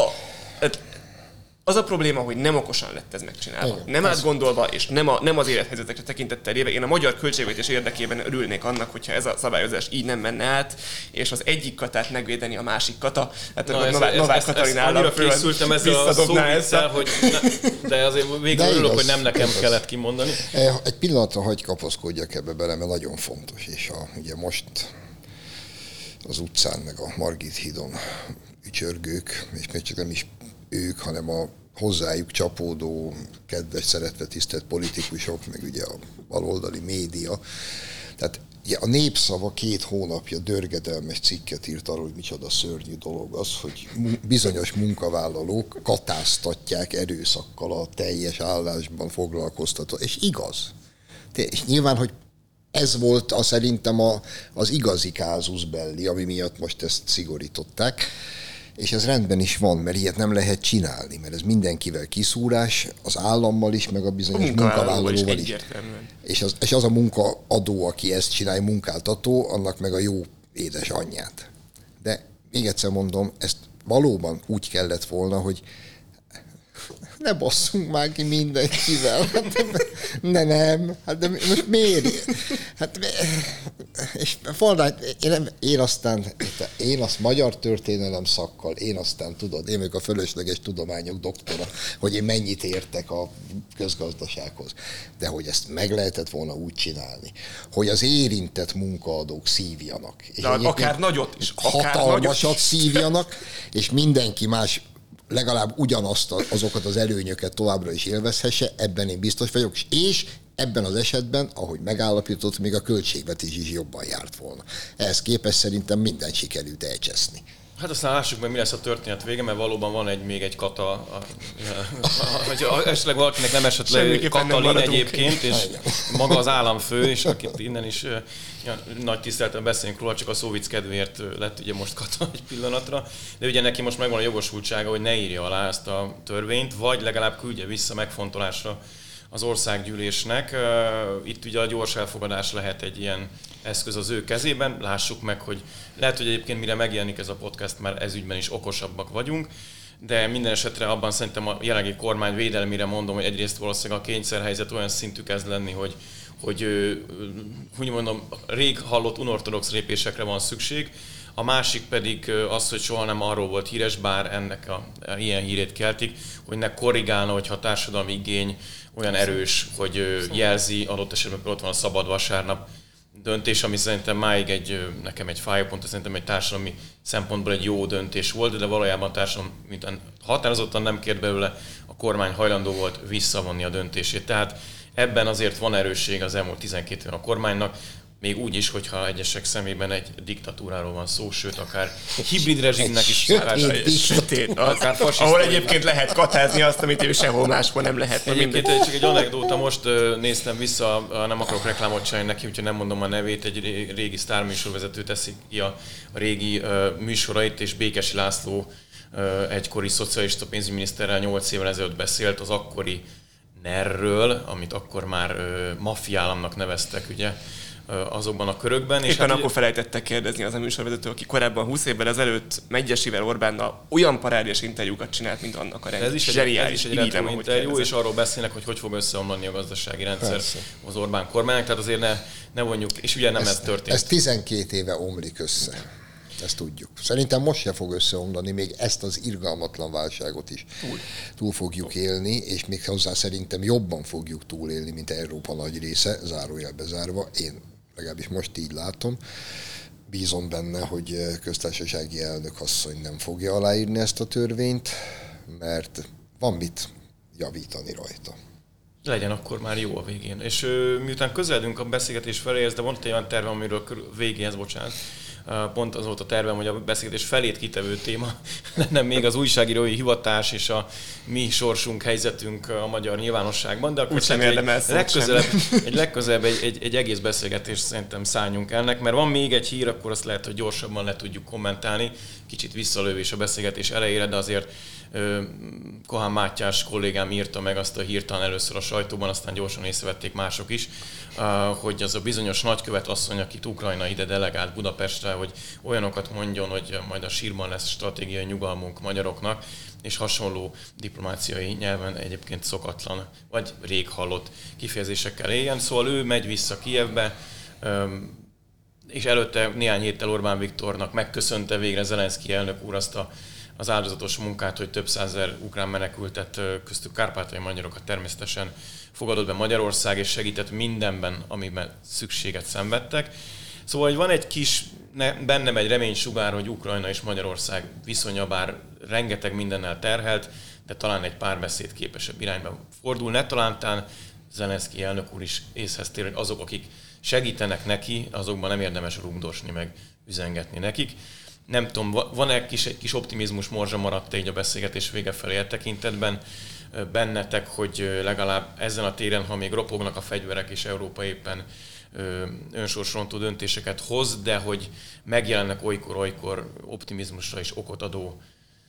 az a probléma, hogy nem okosan lett ez megcsinálva. Igen, nem átgondolva, és nem az élethelyzetekre tekintettel éve. Én a magyar költségvetés érdekében örülnék annak, hogyha ez a szabályozás így nem menne át, és az egyik katát megvédeni a másik kata. Hát Novák Katalin államfő visszadobná ezt. De azért végül örülök, hogy nem nekem kellett kimondani. Egy pillanatra hagyj kapaszkodjak ebbe bele, mert nagyon fontos. És ugye most az utcán, meg a Margit hídon ücsörgők, és még csak nem is ők, hanem a hozzájuk csapódó, kedves, szeretve tisztelt politikusok, meg ugye a baloldali média. Tehát ugye a Népszava 2 hónapja dörgedelmes cikket írt arról, hogy micsoda szörnyű dolog az, hogy bizonyos munkavállalók katáztatják erőszakkal a teljes állásban foglalkoztató. És igaz. És nyilván, hogy ez volt szerintem az igazi casus belli, ami miatt most ezt szigorították. És ez rendben is van, mert ilyet nem lehet csinálni, mert ez mindenkivel kiszúrás, az állammal is, meg a bizonyos munkavállalóval is. És az a munkaadó, aki ezt csinálja, munkáltató, annak meg a jó édesanyját. De még egyszer mondom, ezt valóban úgy kellett volna, hogy ne basszunk már ki mindenkivel. Nem. Hát de most miért? Hát, és én azt magyar történelem szakkal, én aztán tudod, én még a fölösleges tudományok doktora, hogy én mennyit értek a közgazdasághoz. De hogy ezt meg lehetett volna úgy csinálni, hogy az érintett munkaadók szívjanak. És akár nagyot is. Hatalmasat szívjanak, és mindenki más legalább ugyanazt azokat az előnyöket továbbra is élvezhesse, ebben én biztos vagyok, és ebben az esetben, ahogy megállapított, még a költségvetés is jobban járt volna. Ehhez képest szerintem minden sikerült elcseszni. Hát aztán lássuk meg, mi lesz a történet vége, mert valóban van még egy kata, hogy esetleg valakinek nem esett le Katalin egyébként, és maga az államfő, és akit innen is nagy tiszteleten beszélünk róla, csak a szó vicc kedvéért lett ugye most kata egy pillanatra, de ugye neki most megvan a jogosultsága, hogy ne írja alá ezt a törvényt, vagy legalább küldje vissza megfontolásra az országgyűlésnek. Itt ugye a gyors elfogadás lehet egy ilyen eszköz az ő kezében. Lássuk meg, hogy lehet, hogy egyébként mire megjelenik ez a podcast, már ezügyben is okosabbak vagyunk, de minden esetre abban szerintem a jelenlegi kormány védelmére mondom, hogy egyrészt valószínűleg a kényszerhelyzet olyan szintű kezd lenni, hogy úgy mondom, rég hallott unortodox lépésekre van szükség. A másik pedig az, hogy soha nem arról volt híres, bár ennek ilyen hírét keltik, hogy ne korrigálna, hogyha a társadalmi igény olyan erős, hogy jelzi, adott esetben ott van a szabad vasárnap döntés, ami szerintem máig nekem egy fájópont, szerintem egy társadalmi szempontból egy jó döntés volt, de valójában a társadalom határozottan nem kért belőle, a kormány hajlandó volt visszavonni a döntését. Tehát ebben azért van erősség az elmúlt 12 éven a kormánynak, még úgy is, hogyha egyesek szemében egy diktatúráról van szó, sőt, akár hibrid rezsimnek is sötét, ahol egyébként lehet katázni azt, amit ő sehol máshol nem lehet. Egyébként csak egy anekdóta, most néztem vissza, nem akarok reklámot csinálni neki, úgyhogy nem mondom a nevét, egy régi sztárműsorvezető teszik ki a régi műsorait, és Békesi László egykori szocialista pénzügyminiszterrel 8 évvel ezelőtt beszélt az akkori NER-ről, amit akkor már maffiállamnak neveztek, ugye, azokban a körökben. És éppen hát akkor felejtettek kérdezni az a műsorvezető, aki korábban 20 évvel ezelőtt Medgyessy Orbánnal olyan parádés interjúkat csinált, mint annak a ez is egy retro interjú, és arról beszélnek, hogy fog összeomlani a gazdasági rendszer. Persze. Az Orbán kormánynak, tehát azért ne vonjuk, és ugye nem ez történt. Ez 12 éve omlik össze. Ezt tudjuk. Szerintem most se fog összeomlani, még ezt az irgalmatlan válságot is túl fogjuk élni, és még hozzá szerintem jobban fogjuk túlélni, mint Európa nagy része, zárójelbe zárva. Én legalábbis most így látom. Bízom benne, hogy köztársasági elnök asszony nem fogja aláírni ezt a törvényt, mert van mit javítani rajta. Legyen akkor már jó a végén. És miután közeledünk a beszélgetés feléhez, de volt egy olyan terve, amiről végéhez, bocsánat, pont az volt a tervem, hogy a beszélgetés felét kitevő téma lenne még az újságírói hivatás és a mi sorsunk, helyzetünk a magyar nyilvánosságban, de akkor legközelebb egy egész beszélgetést szerintem szálljunk ennek, mert van még egy hír, akkor azt lehet, hogy gyorsabban le tudjuk kommentálni, kicsit visszalövés a beszélgetés elejére, de azért Kohán Mátyás kollégám írta meg azt a hírt először a sajtóban, aztán gyorsan észrevették mások is, hogy az a bizonyos nagykövet asszony, akit Ukrajna ide delegált Budapestre, hogy olyanokat mondjon, hogy majd a sírban lesz stratégiai nyugalmunk magyaroknak, és hasonló diplomáciai nyelven egyébként szokatlan, vagy rég hallott kifejezésekkel éljen. Szóval ő megy vissza Kijevbe, és előtte néhány héttel Orbán Viktornak megköszönte végre Zelenszky elnök úr azt az áldozatos munkát, hogy több százezer ukrán menekültet, köztük kárpátaljai magyarokat természetesen fogadott be Magyarország, és segített mindenben, amiben szükséget szenvedtek. Szóval, hogy van egy kis, bennem egy reménysugár, hogy Ukrajna és Magyarország viszonya, bár rengeteg mindennel terhelt, de talán egy párbeszéd képesebb irányba fordul. Ne talántán Zelenszky elnök úr is észhez tér, hogy azok, akik segítenek neki, azokban nem érdemes rugdosni, meg üzengetni nekik. Nem tudom, van-e egy kis optimizmus morzsa maradt így a beszélgetés vége felé tekintetben bennetek, hogy legalább ezen a téren, ha még ropognak a fegyverek, és Európa éppen önsorsrontó döntéseket hoz, de hogy megjelennek olykor optimizmusra is okot adó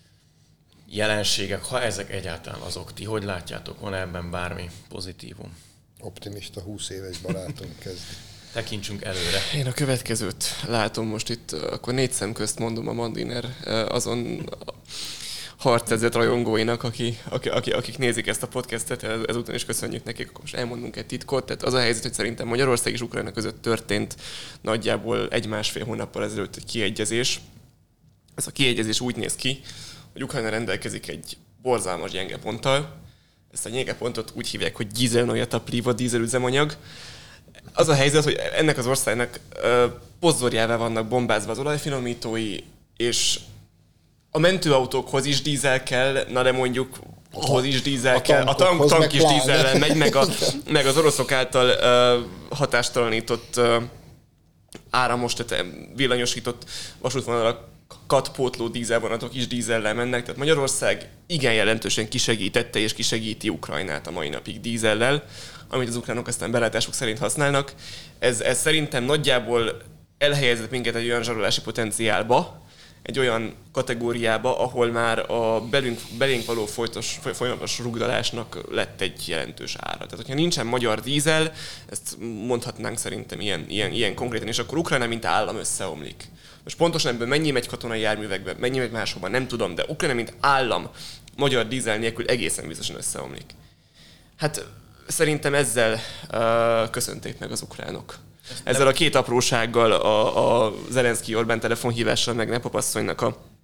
jelenségek, ha ezek egyáltalán azok. Ti hogy látjátok, van ebben bármi pozitívum? Optimista 20 éves barátom kezd. Tekintsünk előre. Én a következőt látom most itt, akkor 4 szem közt mondom a Mandiner azon harcedzett rajongóinak, akik nézik ezt a podcastet, ezúton is köszönjük nekik, akkor most elmondunk egy titkot. Tehát az a helyzet, hogy szerintem Magyarország és Ukrajna között történt nagyjából 1-1,5 hónappal ezelőtt egy kiegyezés. Ez a kiegyezés úgy néz ki, hogy Ukrajna rendelkezik egy borzalmas gyenge ponttal. Ezt a gyenge pontot úgy hívják, hogy dízelnoja tapliva, dízelüzemanyag. Az a helyzet, hogy ennek az országnak pozzorjává vannak bombázva az olajfinomítói, és a mentőautókhoz is dízel kell, na de mondjuk ahhoz is dízel kell, a tank is dízellel megy, meg az oroszok által hatástalanított áramos, tehát villanyosított vasútvonalakat pótló dízelvonatok is dízellel mennek, tehát Magyarország igen jelentősen kisegítette és kisegíti Ukrajnát a mai napig dízellel, amit az ukránok aztán belátásuk szerint használnak. Ez szerintem nagyjából elhelyezett minket egy olyan zsarolási potenciálba, egy olyan kategóriába, ahol már a belénk való folyamatos rugdalásnak lett egy jelentős ára. Tehát, hogyha nincsen magyar dízel, ezt mondhatnánk szerintem ilyen konkrétan, és akkor Ukrajna mint állam összeomlik. Most pontosan ebből mennyi megy katonai járművekbe, mennyi megy máshova, nem tudom, de Ukrajna mint állam magyar dízel nélkül egészen biztosan összeomlik. Hát szerintem ezzel köszönték meg az ukránok. Ezzel a két aprósággal, a Zelenszky-Orbán telefonhívással, meg Nepopasszonynak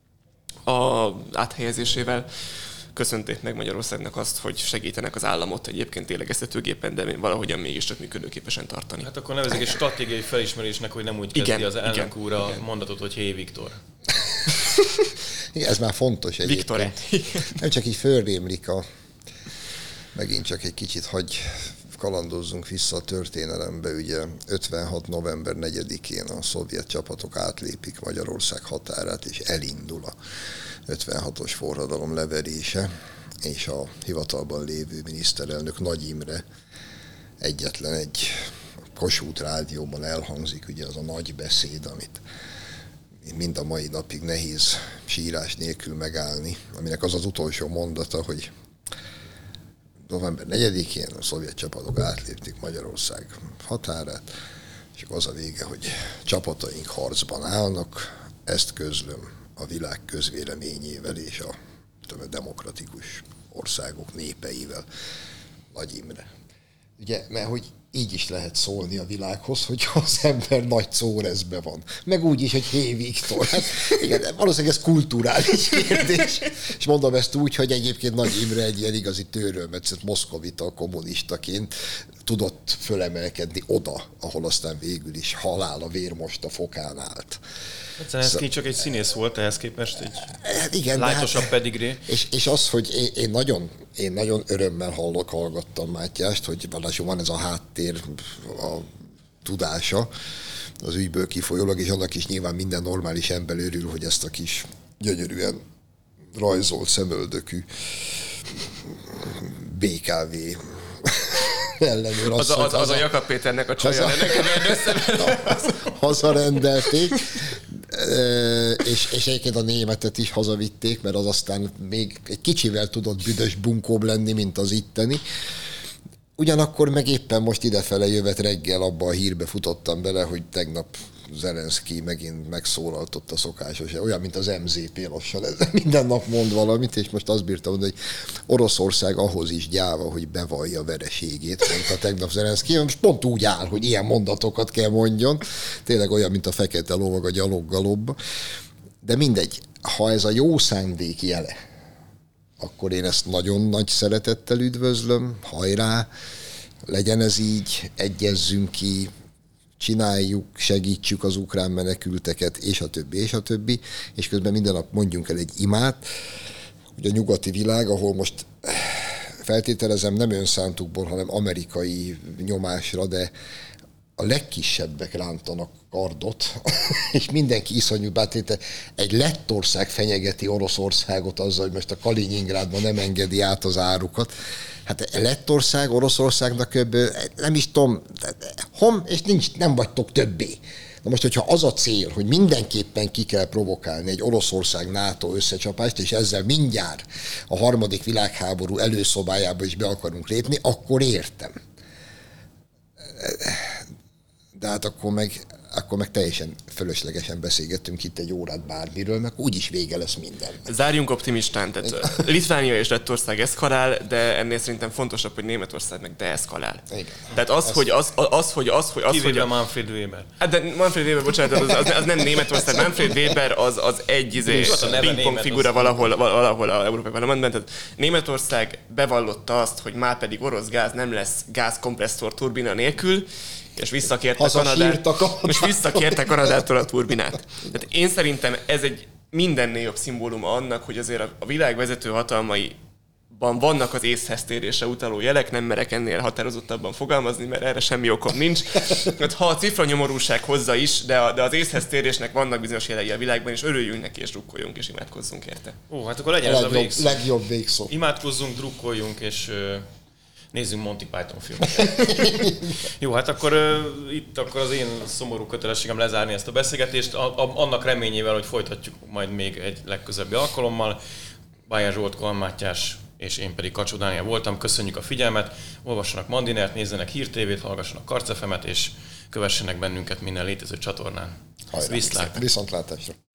a áthelyezésével köszönték meg Magyarországnak azt, hogy segítenek az államot egyébként lélegeztetőgépen, de valahogyan mégiscsak működőképesen tartani. Hát akkor nevezik egy stratégiai felismerésnek, hogy nem úgy kezdi az elnök úr a mondatot, hogy hé Viktor. Igen, ez már fontos egyébként. Viktor. Nem csak így fölrémlik megint csak egy kicsit kalandozzunk vissza a történelembe, ugye 56. november 4-én a szovjet csapatok átlépik Magyarország határát, és elindul a 56-os forradalom leverése, és a hivatalban lévő miniszterelnök Nagy Imre egyetlen egy Kossuth rádióban elhangzik, ugye az a nagy beszéd, amit mind a mai napig nehéz sírás nélkül megállni, aminek az az utolsó mondata, hogy november 4-én a szovjet csapatok átlépték Magyarország határát, és az a vége, hogy csapataink harcban állnak, ezt közlöm a világ közvéleményével és a demokratikus országok népeivel. Nagy Imre. Ugye, mert hogy így is lehet szólni a világhoz, hogyha az ember nagy szórezbe van. Meg úgy is, hogy hé Viktor. Hát igen, valószínűleg ez kulturális kérdés. És mondom ezt úgy, hogy egyébként Nagy Imre egy ilyen igazi tőrölmetszett moszkovita kommunistaként tudott fölemelkedni oda, ahol aztán végül is halál a vérmosta fokán állt. Zelenszky csak egy színész volt, ehhez képest egy igen, lájtosabb pedigré. És az, hogy én nagyon örömmel hallgattam Mátyást, hogy valósul van ez a háttér, a tudása az ügyből kifolyólag, és annak is nyilván minden normális ember örül, hogy ezt a kis gyönyörűen rajzolt szemöldökű BKV ellenőr az a Jakab Péternek a csaja, hazarendelték, és egyébként a németet is hazavitték, mert az aztán még egy kicsivel tudott büdös bunkóbb lenni, mint az itteni. Ugyanakkor meg éppen most idefele jövet reggel abba a hírbe futottam bele, hogy tegnap Zelenszky megint megszólaltott a szokásos, olyan, mint az MZP lassan, ez minden nap mond valamit, és most azt bírtam mondani, hogy Oroszország ahhoz is gyáva, hogy bevallja vereségét, mondta tegnap Zelenszky, most pont úgy áll, hogy ilyen mondatokat kell mondjon, tényleg olyan, mint a fekete lovag a gyaloggalobba, de mindegy, ha ez a jó szándék jele, akkor én ezt nagyon nagy szeretettel üdvözlöm, hajrá, legyen ez így, egyezzünk ki, csináljuk, segítsük az ukrán menekülteket, és a többi, és közben minden nap mondjunk el egy imát, hogy a nyugati világ, ahol most feltételezem nem önszántukból, hanem amerikai nyomásra, de a legkisebbek rántanak kardot, és mindenki iszonyú bátéte. Egy Lettország fenyegeti Oroszországot azzal, hogy most a Kaliningrádban nem engedi át az árukat. Hát Lettország, Oroszországnak nem is tudom, és nem vagytok többé. Na most, hogyha az a cél, hogy mindenképpen ki kell provokálni egy Oroszország-NATO összecsapást, és ezzel mindjárt a harmadik világháború előszobájába is be akarunk lépni, akkor értem. De hát akkor meg teljesen fölöslegesen beszélgettünk itt egy órát bármiről, meg úgyis vége lesz minden. Zárjunk optimistán, tehát Litvánia és Lettország eszkalál, de ennél szerintem fontosabb, hogy Németország meg deeszkalál. Igen. Tehát az, hogy kivéve Manfred Weber. Hát de Manfred Weber, bocsánat, az nem Németország, Manfred Weber az egy pingpong figura valahol a Európai Parlamentben. Tehát Németország bevallotta azt, hogy már pedig orosz gáz nem lesz gázkompresszor turbina nélkül, és visszakérte Kanadától a turbinát. Tehát én szerintem ez egy mindennél jobb szimbóluma annak, hogy azért a világ vezető hatalmaiban vannak az észhez térésre utaló jelek, nem merek ennél határozottabban fogalmazni, mert erre semmi okom nincs. Hát, ha a cifranyomorúság hozza is, de az észhez térésnek vannak bizonyos jelei a világban, és örüljünk neki, és drukkoljunk, és imádkozzunk érte. Ó, hát akkor legyen ez a végszó. Legjobb végszó. Imádkozzunk, drukkoljunk, és Nézzünk Monty Python filmeket. Jó, hát akkor itt akkor az én szomorú kötelességem lezárni ezt a beszélgetést, annak reményével, hogy folytatjuk majd még egy legközelebbi alkalommal. Bájer Zsolt, Kalm Mátyás és én pedig Kacsó Dániel voltam. Köszönjük a figyelmet, olvassanak Mandinert, nézzenek Hír TV-t, hallgassanak Karc FM-et, és kövessenek bennünket minden létező csatornán. Viszontlátásra!